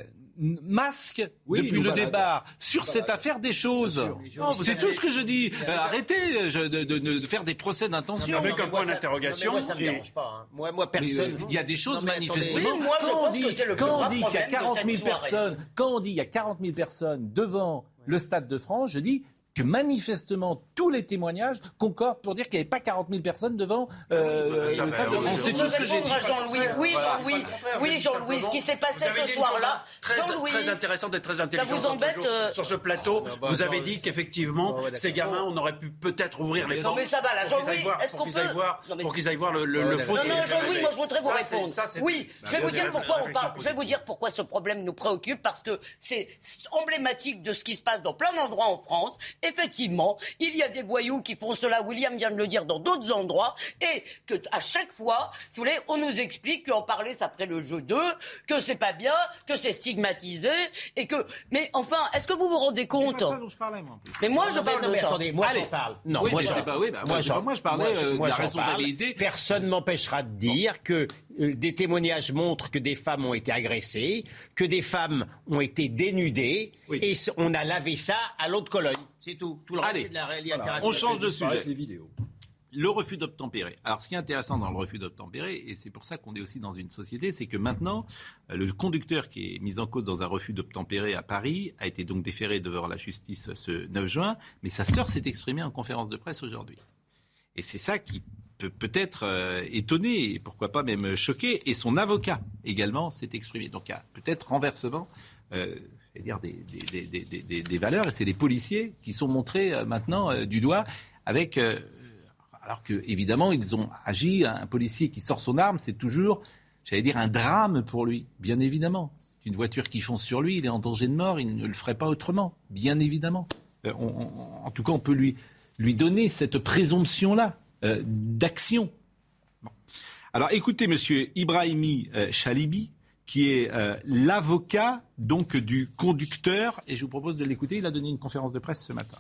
masque oui, depuis le départ sur voilà. cette affaire des choses. Non, c'est tout ce que je dis. Euh, arrêtez je, de, de, de faire des procès d'intention. Avec un point d'interrogation. Moi, ça me dérange pas. Hein. Moi, moi, personne. Il y a des choses non, manifestement. Oui, moi, je quand on dit, dit, quand on dit qu'il y a quarante mille personnes, quand on dit il y a quarante mille personnes devant le Stade de France, je dis que manifestement tous les témoignages concordent pour dire qu'il n'y avait pas quarante mille personnes devant euh, oui, bah, le Stade de France. C'est tout ce que j'ai dit. Jean-Louis. Oui, Jean-Louis. Oui, Jean-Louis. Ce qui s'est passé ce soir-là, très, très intéressante et très intelligente. Ça vous embête euh... sur ce plateau. Ah, bah, vous avez dit qu'effectivement, ces gamins, on aurait pu peut-être ouvrir les portes. Non, mais ça va là, Jean-Louis. Est-ce qu'on peut pour qu'ils aillent voir le foot. Non, non, Jean-Louis, moi je voudrais vous répondre. Oui, je vais vous dire pourquoi on parle. Je vais vous dire pourquoi ce problème nous préoccupe, parce que c'est emblématique de ce qui se passe dans plein d'endroits en France. Effectivement. Il y a des voyous qui font cela, William vient de le dire, dans d'autres endroits, et que à chaque fois, si vous voulez, on nous explique qu'en parler, ça ferait le jeu d'eux, que c'est pas bien, que c'est stigmatisé, et que... Mais enfin, est-ce que vous vous rendez compte ? C'est pas ça dont je parlais, moi. Mais moi, je non, parle mais, non, de mais ça. Attendez, moi, Allez. j'en parle. Non, oui, moi, j'en... Pas, oui, bah, moi, moi, moi, je parlais moi, euh, moi, de la responsabilité. Parle. Personne ne m'empêchera de dire bon. que euh, des témoignages montrent que des femmes ont été agressées, que des femmes ont été dénudées, oui. et on a lavé ça à l'eau de Cologne. C'est tout. Tout le reste, Allez, c'est de la réalité. Voilà. On change de sujet. Les vidéos. Le refus d'obtempérer. Alors, ce qui est intéressant dans le refus d'obtempérer, et c'est pour ça qu'on est aussi dans une société, c'est que maintenant, le conducteur qui est mis en cause dans un refus d'obtempérer à Paris a été donc déféré devant la justice ce neuf juin, mais sa sœur s'est exprimée en conférence de presse aujourd'hui. Et c'est ça qui peut peut-être euh, étonner, et pourquoi pas même choquer, et son avocat également s'est exprimé. Donc il y a peut-être renversement... Euh, dire des, des, des, des, des, des valeurs, et c'est les policiers qui sont montrés euh, maintenant euh, du doigt avec... Euh, alors que évidemment ils ont agi, un policier qui sort son arme, c'est toujours, j'allais dire, un drame pour lui, bien évidemment. C'est une voiture qui fonce sur lui, il est en danger de mort, il ne le ferait pas autrement, bien évidemment. Euh, on, on, en tout cas, on peut lui, lui donner cette présomption-là euh, d'action. Bon. Alors écoutez, monsieur Ibrahimi euh, Chalibi, qui est euh, l'avocat donc du conducteur, et je vous propose de l'écouter. Il a donné une conférence de presse ce matin.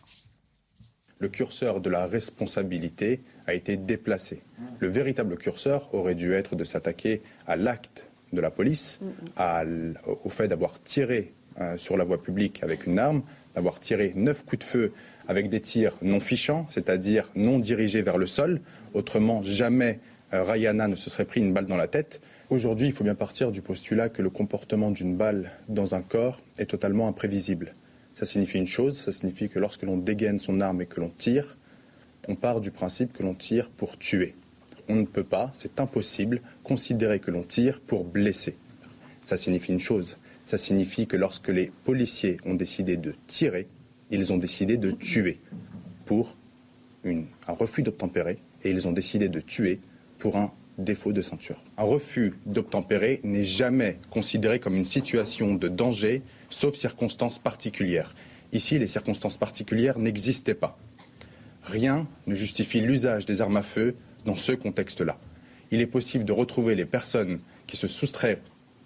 Le curseur de la responsabilité a été déplacé. Le véritable curseur aurait dû être de s'attaquer à l'acte de la police, à, au fait d'avoir tiré euh, sur la voie publique avec une arme, d'avoir tiré neuf coups de feu avec des tirs non fichants, c'est-à-dire non dirigés vers le sol. Autrement, jamais euh, Rayana ne se serait pris une balle dans la tête. Aujourd'hui, il faut bien partir du postulat que le comportement d'une balle dans un corps est totalement imprévisible. Ça signifie une chose, ça signifie que lorsque l'on dégaine son arme et que l'on tire, on part du principe que l'on tire pour tuer. On ne peut pas, c'est impossible, considérer que l'on tire pour blesser. Ça signifie une chose, ça signifie que lorsque les policiers ont décidé de tirer, ils ont décidé de tuer pour une, un refus d'obtempérer, et ils ont décidé de tuer pour un défaut de ceinture. Un refus d'obtempérer n'est jamais considéré comme une situation de danger, sauf circonstances particulières. Ici, les circonstances particulières n'existaient pas. Rien ne justifie l'usage des armes à feu dans ce contexte-là. Il est possible de retrouver les personnes qui se soustraient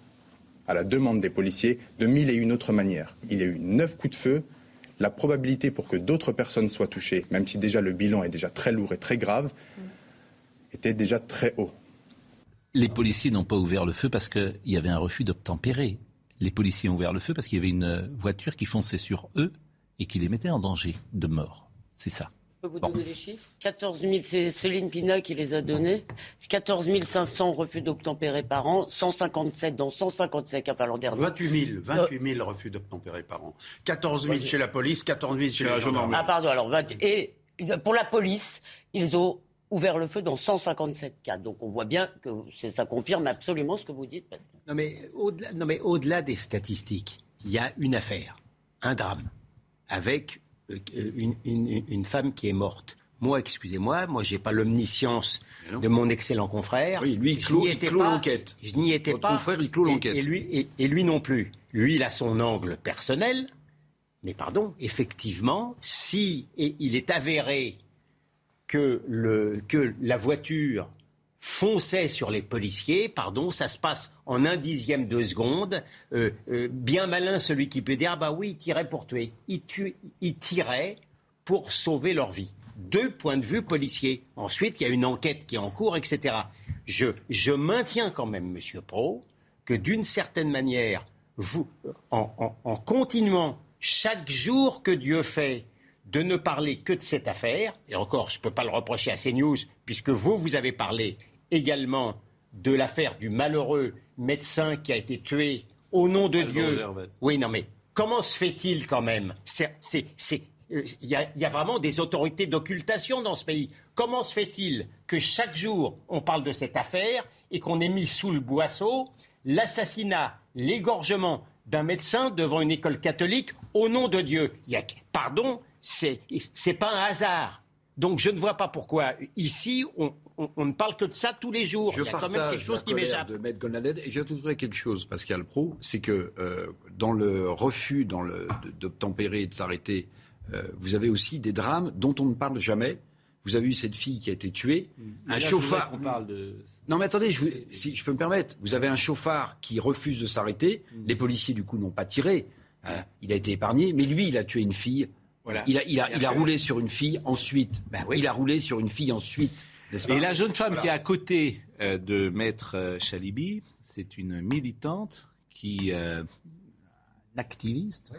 à la demande des policiers de mille et une autres manières. Il y a eu neuf coups de feu. La probabilité pour que d'autres personnes soient touchées, même si déjà le bilan est déjà très lourd et très grave, était déjà très haut. Les policiers n'ont pas ouvert le feu parce qu'il y avait un refus d'obtempérer. Les policiers ont ouvert le feu parce qu'il y avait une voiture qui fonçait sur eux et qui les mettait en danger de mort. C'est ça. Je peux vous bon. donner les chiffres. quatorze mille, c'est Céline Pina qui les a donnés. quatorze mille cinq cents refus d'obtempérer par an, cent cinquantept-sept dans cent cinquante-sept, enfin l'an dernier. vingt-huit mille, vingt-huit mille refus d'obtempérer par an. quatorze mille chez la police, quatorze mille chez la gendarmerie. Ah pardon, alors vingt et pour la police, ils ont ouvert le feu dans cent cinquante-sept cas. Donc on voit bien que ça confirme absolument ce que vous dites, Pascal. Non mais au-delà, non mais au-delà des statistiques, il y a une affaire, un drame, avec une, une, une femme qui est morte. Moi, excusez-moi, moi j'ai pas l'omniscience de mon excellent confrère. Oui, lui, il clôt, il clôt l'enquête. Je n'y étais Votre pas. confrère, il clôt l'enquête. Et, et, lui, et, et lui non plus. Lui, il a son angle personnel. Mais pardon, effectivement, si et il est avéré que, le, que la voiture fonçait sur les policiers, pardon, ça se passe en un dixième de seconde. Euh, euh, bien malin celui qui peut dire, ah bah oui, il tirait pour tuer. Il, tue, il tirait pour sauver leur vie. Deux points de vue policiers. Ensuite, il y a une enquête qui est en cours, et cetera. Je, je maintiens quand même, Monsieur Pro, que d'une certaine manière, vous, en, en, en continuant chaque jour que Dieu fait, de ne parler que de cette affaire, et encore, je ne peux pas le reprocher à CNews, puisque vous, vous avez parlé également de l'affaire du malheureux médecin qui a été tué au nom de Alban Dieu. Gervais. Oui, non, mais comment se fait-il quand même ? C'est, c'est, c'est, euh, y a, y a vraiment des autorités d'occultation dans ce pays. Comment se fait-il que chaque jour, on parle de cette affaire et qu'on ait mis sous le boisseau l'assassinat, l'égorgement d'un médecin devant une école catholique au nom de Dieu ? Y a, pardon, c'est, c'est pas un hasard. Donc je ne vois pas pourquoi ici on, on, on ne parle que de ça tous les jours. Je Il y a quand même quelque chose qui m'échappe. De Maître Golnadel, et j'ajouterais quelque chose, Pascal Pro, c'est que euh, dans le refus dans le, d'obtempérer et de s'arrêter, euh, vous avez aussi des drames dont on ne parle jamais. Vous avez eu cette fille qui a été tuée, mais un là, chauffard. On parle de... Non mais attendez, je, si je peux me permettre, vous avez un chauffard qui refuse de s'arrêter. Mm. Les policiers du coup n'ont pas tiré. Hein, il a été épargné, mais lui il a tué une fille. Voilà. Il a, il a, il a roulé sur une fille ensuite. Ben oui. Il a roulé sur une fille ensuite. Et la jeune femme voilà. qui est à côté euh, de Maître euh, Chalibi, c'est une militante qui, euh, une activiste, oui.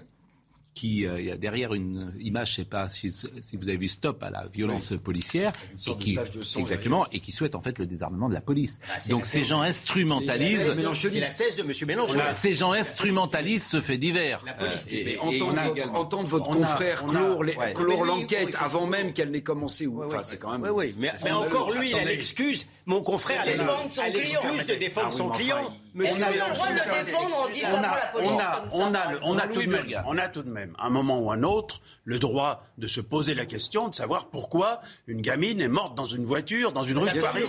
qui euh, il y a derrière une image, je ne sais pas si, si vous avez vu Stop à la violence oui. policière, et qui, sang, exactement, et qui souhaite en fait le désarmement de la police. Bah, Donc ces gens instrumentalisent. C'est la thèse de M. Mélenchon. Voilà, ces gens instrumentalisent ce fait divers. La police. Euh, et, et, entendre, et votre, entendre votre confrère a, clore, les, ouais. clore l'enquête oui, oui, avant même qu'elle n'ait commencé. Ou, oui, enfin, oui, c'est quand même. Oui, oui. Mais, mais encore lui, il a l'excuse. Mon confrère a l'excuse de défendre son client. Monsieur Mélenchon le défendre en disant pour la police. On a, on a tout de même, on a tout de même, un moment ou un autre, le droit de se poser la question de savoir pourquoi une gamine est morte dans une voiture, dans une rue de Paris.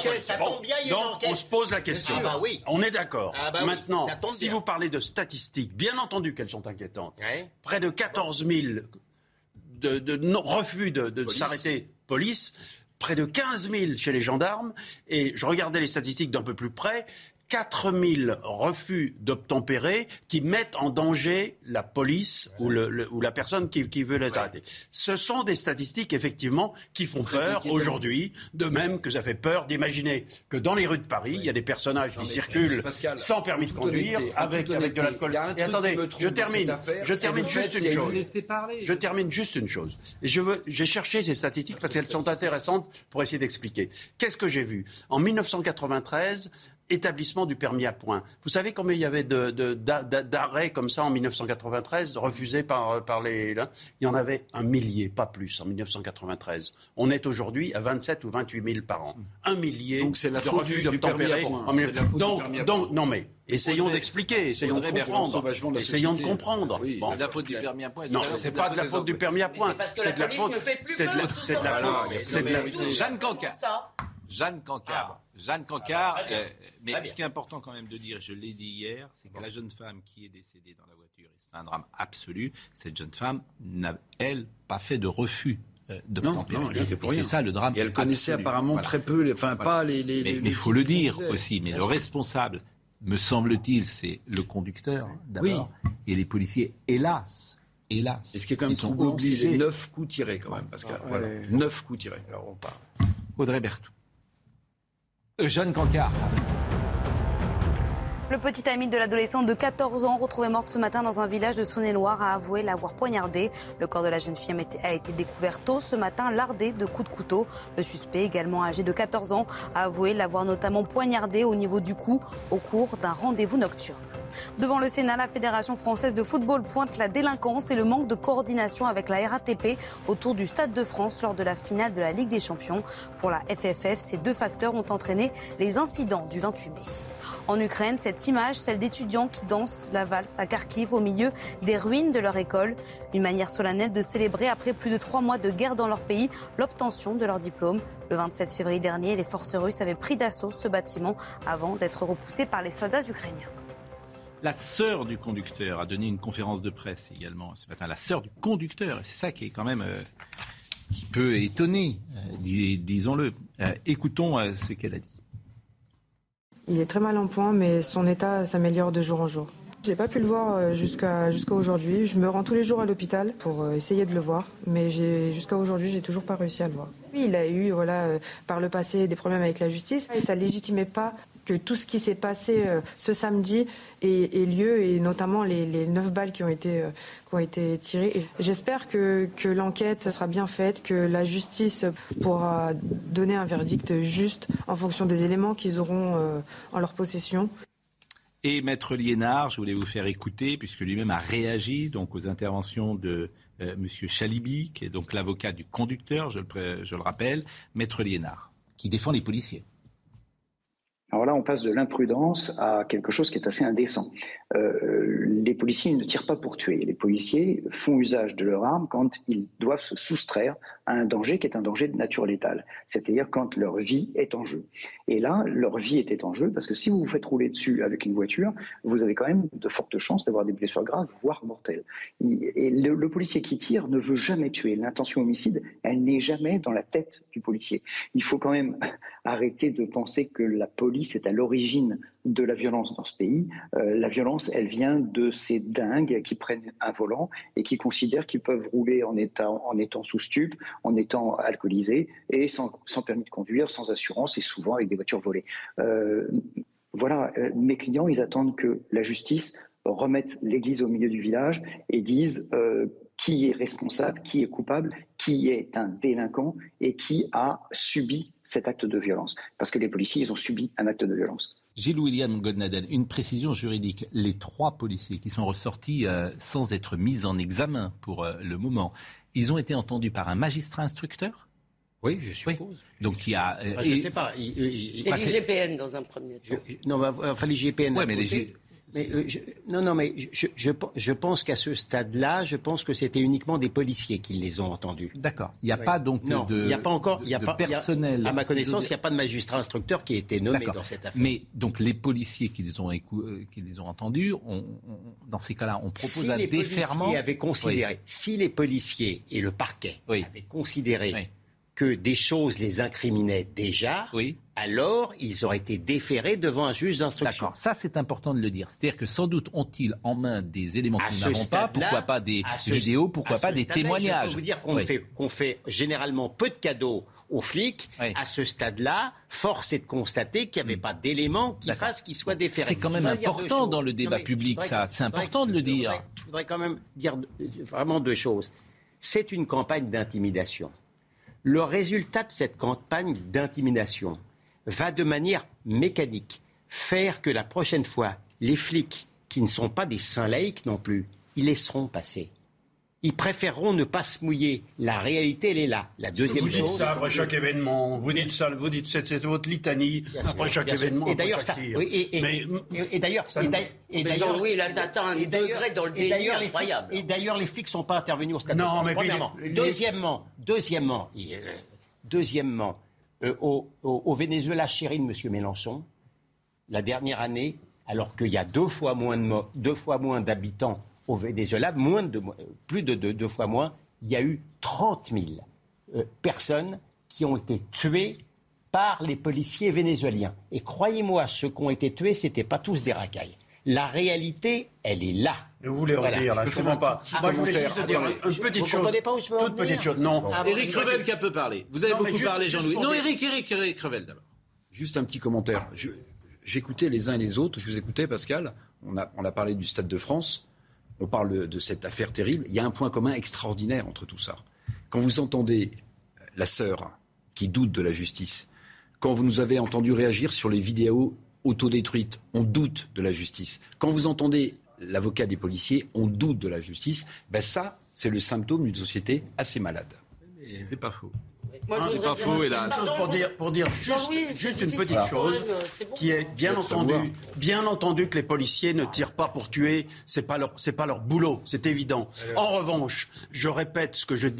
Donc on se pose la question. Ah bah oui. On est d'accord. Ah bah Maintenant, oui, si vous parlez de statistiques, bien entendu qu'elles sont inquiétantes. Ouais. Près de quatorze mille de, de non, refus de, de s'arrêter police, près de quinze mille chez les gendarmes, et je regardais les statistiques d'un peu plus près. quatre mille refus d'obtempérer qui mettent en danger la police ou, le, le, ou la personne qui, qui veut les ouais. arrêter. Ce sont des statistiques, effectivement, qui font Très peur aujourd'hui, de même que ça fait peur d'imaginer que dans les rues de Paris, ouais. il y a des personnages non, qui circulent Pascal, sans permis de conduire, honnêteté, avec, avec de l'alcool. Et attendez, je termine, affaire, je termine juste une chose. Je termine juste une chose. Et je veux, j'ai cherché ces statistiques parce qu'elles sont intéressantes pour essayer d'expliquer. Qu'est-ce que j'ai vu ? En dix-neuf cent quatre-vingt-treize, établissement du permis à points. Vous savez combien il y avait de, de, d'arrêts comme ça en dix-neuf cent quatre-vingt-treize, refusés par, par les... Là. Il y en avait un millier, pas plus, en dix-neuf cent quatre-vingt-treize. On est aujourd'hui à vingt-sept ou vingt-huit mille par an. Un millier donc c'est la de faute refus du, du permis à points. En... Donc, donc, non mais, essayons Faudrait, d'expliquer, essayons de comprendre. De essayons de comprendre. Oui, bon. C'est de la faute du permis à points. Non, c'est pas de la faute du permis à points. C'est de la faute... C'est de la faute... C'est de la... Jeanne Cancard. Jeanne Cancard. Jeanne Cancard, ah, euh, mais ce qui est important quand même de dire, je l'ai dit hier, c'est que la jeune femme qui est décédée dans la voiture, et c'est un drame absolu, cette jeune femme n'a, elle, pas fait de refus euh, d'obtempérer. Non, non, elle était pour rien. C'est ça le drame. Et elle connaissait absolu. apparemment voilà. très peu, enfin voilà. pas les... les mais il faut le dire aussi, mais le responsable, me semble-t-il, c'est le conducteur d'abord, oui. et les policiers, hélas. Hélas. Et ce qui est quand même sont obligés. C'est neuf coups tirés quand même, Pascal. Ah, voilà. ouais. Neuf coups tirés. Alors on parle. Audrey Berthoud. Jeanne Cancard. Le petit ami de l'adolescente de quatorze ans, retrouvée morte ce matin dans un village de Saône-et-Loire, a avoué l'avoir poignardée. Le corps de la jeune fille a été découvert tôt ce matin, lardé de coups de couteau. Le suspect, également âgé de quatorze ans, a avoué l'avoir notamment poignardée au niveau du cou au cours d'un rendez-vous nocturne. Devant le Sénat, la Fédération française de football pointe la délinquance et le manque de coordination avec la R A T P autour du Stade de France lors de la finale de la Ligue des Champions. Pour la F F F, ces deux facteurs ont entraîné les incidents du vingt-huit mai. En Ukraine, cette image, celle d'étudiants qui dansent la valse à Kharkiv au milieu des ruines de leur école. Une manière solennelle de célébrer, après plus de trois mois de guerre dans leur pays, l'obtention de leur diplôme. Le vingt-sept février dernier, les forces russes avaient pris d'assaut ce bâtiment avant d'être repoussés par les soldats ukrainiens. La sœur du conducteur a donné une conférence de presse également ce matin. La sœur du conducteur, et c'est ça qui est quand même euh, qui peut étonner, euh, dis, disons-le. Euh, écoutons euh, ce qu'elle a dit. Il est très mal en point, mais son état s'améliore de jour en jour. J'ai pas pu le voir jusqu'à jusqu'à aujourd'hui. Je me rends tous les jours à l'hôpital pour essayer de le voir, mais j'ai, jusqu'à aujourd'hui, j'ai toujours pas réussi à le voir. Il a eu, voilà, euh, par le passé, des problèmes avec la justice et ça légitimait pas que tout ce qui s'est passé euh, ce samedi ait, ait lieu, et notamment les, les neuf balles qui ont été euh, qui ont été tirées. Et j'espère que que l'enquête sera bien faite, que la justice pourra donner un verdict juste en fonction des éléments qu'ils auront euh, en leur possession. Et Maître Liénard, je voulais vous faire écouter, puisque lui-même a réagi donc, aux interventions de euh, M. Chalibi, qui est donc l'avocat du conducteur, je le, je le rappelle, Maître Liénard, qui défend les policiers. Alors là, on passe de l'imprudence à quelque chose qui est assez indécent. Euh, les policiers ne tirent pas pour tuer. Les policiers font usage de leur arme quand ils doivent se soustraire à un danger qui est un danger de nature létale, c'est-à-dire quand leur vie est en jeu. Et là, leur vie était en jeu parce que si vous vous faites rouler dessus avec une voiture, vous avez quand même de fortes chances d'avoir des blessures graves, voire mortelles. Et le, le policier qui tire ne veut jamais tuer. L'intention homicide, elle n'est jamais dans la tête du policier. Il faut quand même arrêter de penser que la police est à l'origine de la violence dans ce pays. Euh, la violence, elle vient de ces dingues qui prennent un volant et qui considèrent qu'ils peuvent rouler en étant, en étant sous stup, en étant alcoolisés et sans, sans permis de conduire, sans assurance et souvent avec des voitures volées. Euh, voilà, euh, mes clients, ils attendent que la justice remette l'église au milieu du village et dise euh, qui est responsable, qui est coupable, qui est un délinquant et qui a subi cet acte de violence. Parce que les policiers, ils ont subi un acte de violence. Gilles William Goldnadel, une précision juridique. Les trois policiers qui sont ressortis euh, sans être mis en examen pour euh, le moment, ils ont été entendus par un magistrat instructeur ? Oui, je suppose. Oui. Donc il y a... Euh, enfin, je ne sais pas. Il, il, il, c'est l'I G P N dans un premier temps. Je, non, bah, enfin l'I G P N. Oui, mais les G... Mais, euh, je, non, non, mais je, je, je pense qu'à ce stade-là, je pense que c'était uniquement des policiers qui les ont entendus. D'accord. Il n'y a oui. pas donc non, de, il n'y a pas encore, il y a de pas, personnel. Y a, à ma connaissance, il n'y a pas de magistrat instructeur qui a été nommé D'accord. dans cette affaire. Mais donc les policiers qui les ont, écou- qui les ont entendus, on, on, dans ces cas-là, on propose si un les déferment. Policiers avaient considéré, oui. Si les policiers et le parquet oui. avaient considéré oui. que des choses les incriminaient déjà, oui. alors ils auraient été déférés devant un juge d'instruction. D'accord, ça c'est important de le dire. C'est-à-dire que sans doute ont-ils en main des éléments que nous n'avons pas, pourquoi pas des vidéos, pourquoi pas des témoignages. Je peux vous dire qu'on, oui. fait, qu'on fait généralement peu de cadeaux aux flics. Oui. À ce stade-là, force est de constater qu'il n'y avait pas d'éléments qui D'accord. fassent qu'ils soient déférés. C'est quand même important dans le débat non, public, ça. C'est important de le dire. Je voudrais, je voudrais quand même dire vraiment deux choses. C'est une campagne d'intimidation. Le résultat de cette campagne d'intimidation va de manière mécanique faire que la prochaine fois, les flics, qui ne sont pas des saints laïcs non plus, ils laisseront passer. Ils préféreront ne pas se mouiller. La réalité, elle est là. La deuxième vous chose... Vous dites ça après chaque événement. Vous dites ça, vous dites c'est, c'est votre litanie bien après sûr, chaque événement. Et d'ailleurs, ça... Oui, et, et, mais, et, et d'ailleurs... Ça et d'ailleurs, et mais d'ailleurs Jean-Louis, il a atteint un degré dans le déni incroyable. Flics, et d'ailleurs, les flics ne sont pas intervenus au stade non, de mais premièrement. Les... Deuxièmement, deuxièmement, euh, deuxièmement euh, au, au, au Venezuela chéri de M. Mélenchon, la dernière année, alors qu'il y a deux fois moins, de, deux fois moins d'habitants au Venezuela, moins de, plus de deux, deux fois moins, il y a eu trente mille euh, personnes qui ont été tuées par les policiers vénézuéliens. Et croyez-moi, ceux qui ont été tués, ce n'étaient pas tous des racailles. La réalité, elle est là. Mais vous voulez voilà. redire, là, je ne comprends pas. Ah, Moi, je voulais juste dire une je, petite vous chose. Vous ne comprenez pas où je veux en Toute petite chose, non. Ah, Éric Crevel qui a peu parlé. Vous avez non, beaucoup juste, parlé, Jean-Louis. Non, Éric, Éric, Éric Crevel d'abord. Juste un petit commentaire. Je, j'écoutais les uns et les autres. Je vous écoutais, Pascal. On a, on a parlé du Stade de France. On parle de, de cette affaire terrible. Il y a un point commun extraordinaire entre tout ça. Quand vous entendez la sœur qui doute de la justice, quand vous nous avez entendu réagir sur les vidéos autodétruites, on doute de la justice. Quand vous entendez l'avocat des policiers, on doute de la justice. Ben ça, c'est le symptôme d'une société assez malade. Et c'est pas faux. Moi, ah, c'est pas faux, hélas. Pour dire, pour dire juste, oui, juste une petite chose, c'est bon. Qui est bien entendu, bien entendu que les policiers ne tirent pas pour tuer, c'est pas leur, c'est pas leur boulot, c'est évident. Alors. En revanche, je répète ce que je dis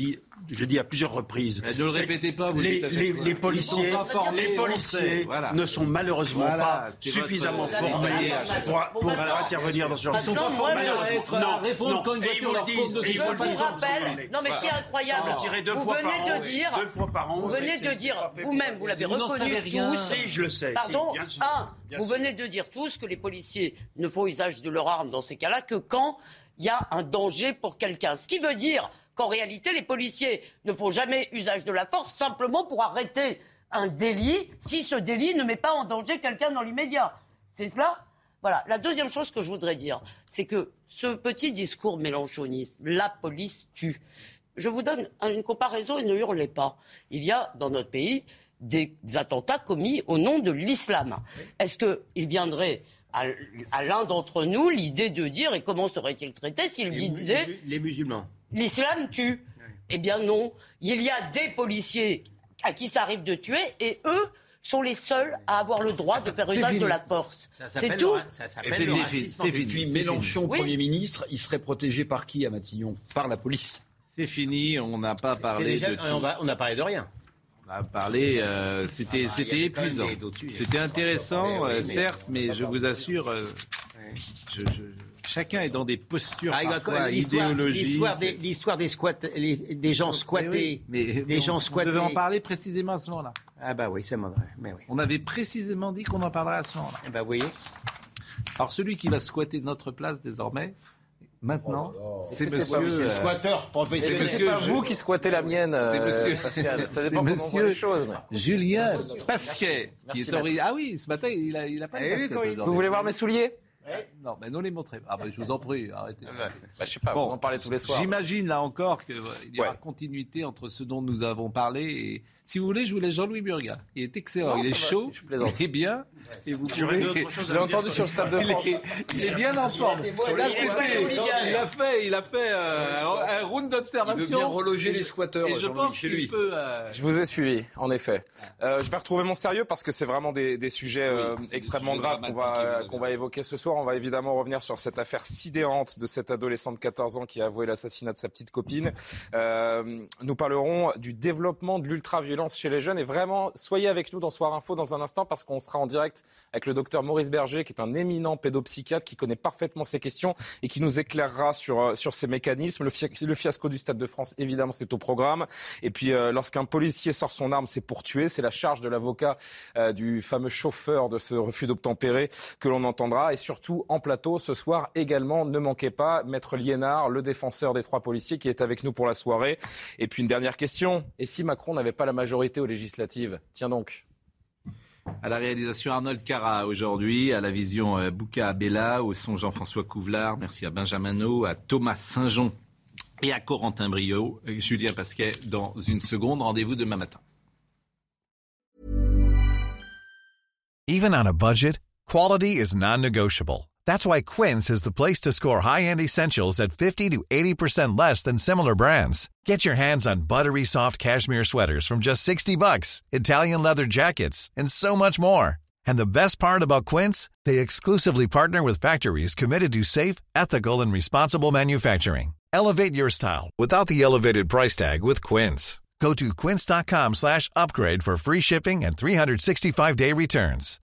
je dis à plusieurs reprises. Mais ne le répétez pas, vous les, dites les, les policiers, formés, les policiers voilà. ne sont malheureusement voilà, pas suffisamment votre... formés pour, pour, pour intervenir dans ce genre de situation. Ils ne sont pas formés à être non, à répondre non, quand une voiture leur pose Je vous rappelle, non mais ce qui est incroyable, vous venez de dire, deux fois par an, vous venez de dire vous-même, vous l'avez reconnu tous. Si, je le sais. Pardon, un, vous venez de dire tous que les policiers ne font usage de leur arme dans ces cas-là que quand il y a un danger pour quelqu'un. Ce qui veut dire qu'en réalité, les policiers ne font jamais usage de la force simplement pour arrêter un délit si ce délit ne met pas en danger quelqu'un dans l'immédiat. C'est cela ? Voilà. La deuxième chose que je voudrais dire, c'est que ce petit discours mélenchoniste, la police tue. Je vous donne une comparaison et ne hurlez pas. Il y a dans notre pays des attentats commis au nom de l'islam. Est-ce qu'il viendrait à, à l'un d'entre nous l'idée de dire, et comment serait-il traité s'il les disait musul- les musulmans. L'islam tue. Oui. Eh bien non. Il y a des policiers à qui ça arrive de tuer et eux sont les seuls à avoir le droit de faire usage de la force. C'est tout. Le, ça s'appelle le racisme. Et puis Mélenchon, oui. Premier ministre, il serait protégé par qui à Matignon ? Par la police. C'est fini, on n'a pas parlé déjà, de on, va, on a parlé de rien. On a parlé, euh, c'était, ah, c'était épuisant. C'était intéressant, euh, certes, mais je vous assure, euh, je, je, chacun est dans des postures ah, parfois l'histoire, idéologiques. L'histoire des, l'histoire des squats, les, des gens squattés, mais oui, mais des on, gens squattés. On devait en parler précisément à ce moment-là. Ah bah oui, c'est vrai. Mais oui. On avait précisément dit qu'on en parlerait à ce moment-là. Eh bah oui. Alors celui qui va squatter notre place désormais. Maintenant, oh c'est monsieur. C'est monsieur, euh, squatteur professionnel. Est-ce que c'est pas vous qui squattez la mienne, c'est monsieur, euh, Pascal. Ça dépend comment on voit les choses. Mais... Julien Pasquet, qui Merci, est originaire. Ah oui, ce matin, il a, il a pas. Eh oui, il... Vous voulez voir mes souliers? Ouais. Non, mais non les montrer. Ah ben, je vous en prie, arrêtez. Bah, bah, je sais pas, bon, vous en parlez tous les soirs. J'imagine là encore qu'il y aura ouais. continuité entre ce dont nous avons parlé et, si vous voulez, je vous laisse Jean-Louis Burgat. Il est excellent, non, il est va. chaud, je plaisante. Il est bien. Et vous pouvez... Je l'ai entendu sur le Stade de France. Il est, il est bien en forme. Il, il a fait, il a fait euh, un round d'observation. Il veut bien reloger les squatteurs. Et je pense chez qu'il lui. peut. Euh... Je vous ai suivi, en effet. Euh, je vais retrouver mon sérieux parce que c'est vraiment des, des sujets euh, oui, extrêmement des sujets graves qu'on va, qu'on va évoquer ce soir. On va évidemment revenir sur cette affaire sidérante de cet adolescent de quatorze ans qui a avoué l'assassinat de sa petite copine. Euh, nous parlerons du développement de l'ultra-violence chez les jeunes. Et vraiment, soyez avec nous dans Soir Info dans un instant parce qu'on sera en direct avec le docteur Maurice Berger, qui est un éminent pédopsychiatre, qui connaît parfaitement ces questions et qui nous éclairera sur, sur ces mécanismes. Le, fi- le fiasco du Stade de France, évidemment, c'est au programme. Et puis, euh, lorsqu'un policier sort son arme, c'est pour tuer. C'est la charge de l'avocat euh, du fameux chauffeur de ce refus d'obtempérer que l'on entendra. Et surtout, en plateau, ce soir également, ne manquez pas, Maître Liénard, le défenseur des trois policiers, qui est avec nous pour la soirée. Et puis, une dernière question. Et si Macron n'avait pas la majorité aux législatives ? Tiens donc. À la réalisation Arnold Cara aujourd'hui, à la vision euh, Bouka Abella, au son Jean-François Couvlar, merci à Benjamin No, à Thomas Saint-Jean et à Corentin Brio, euh, Julien Pasquet dans une seconde. Rendez-vous demain matin. Even on a budget, quality is non-negotiable. That's why Quince is the place to score high-end essentials at fifty to eighty percent less than similar brands. Get your hands on buttery soft cashmere sweaters from just sixty bucks, Italian leather jackets, and so much more. And the best part about Quince, they exclusively partner with factories committed to safe, ethical, and responsible manufacturing. Elevate your style without the elevated price tag with Quince. Go to quince.com slash upgrade for free shipping and three sixty-five day returns.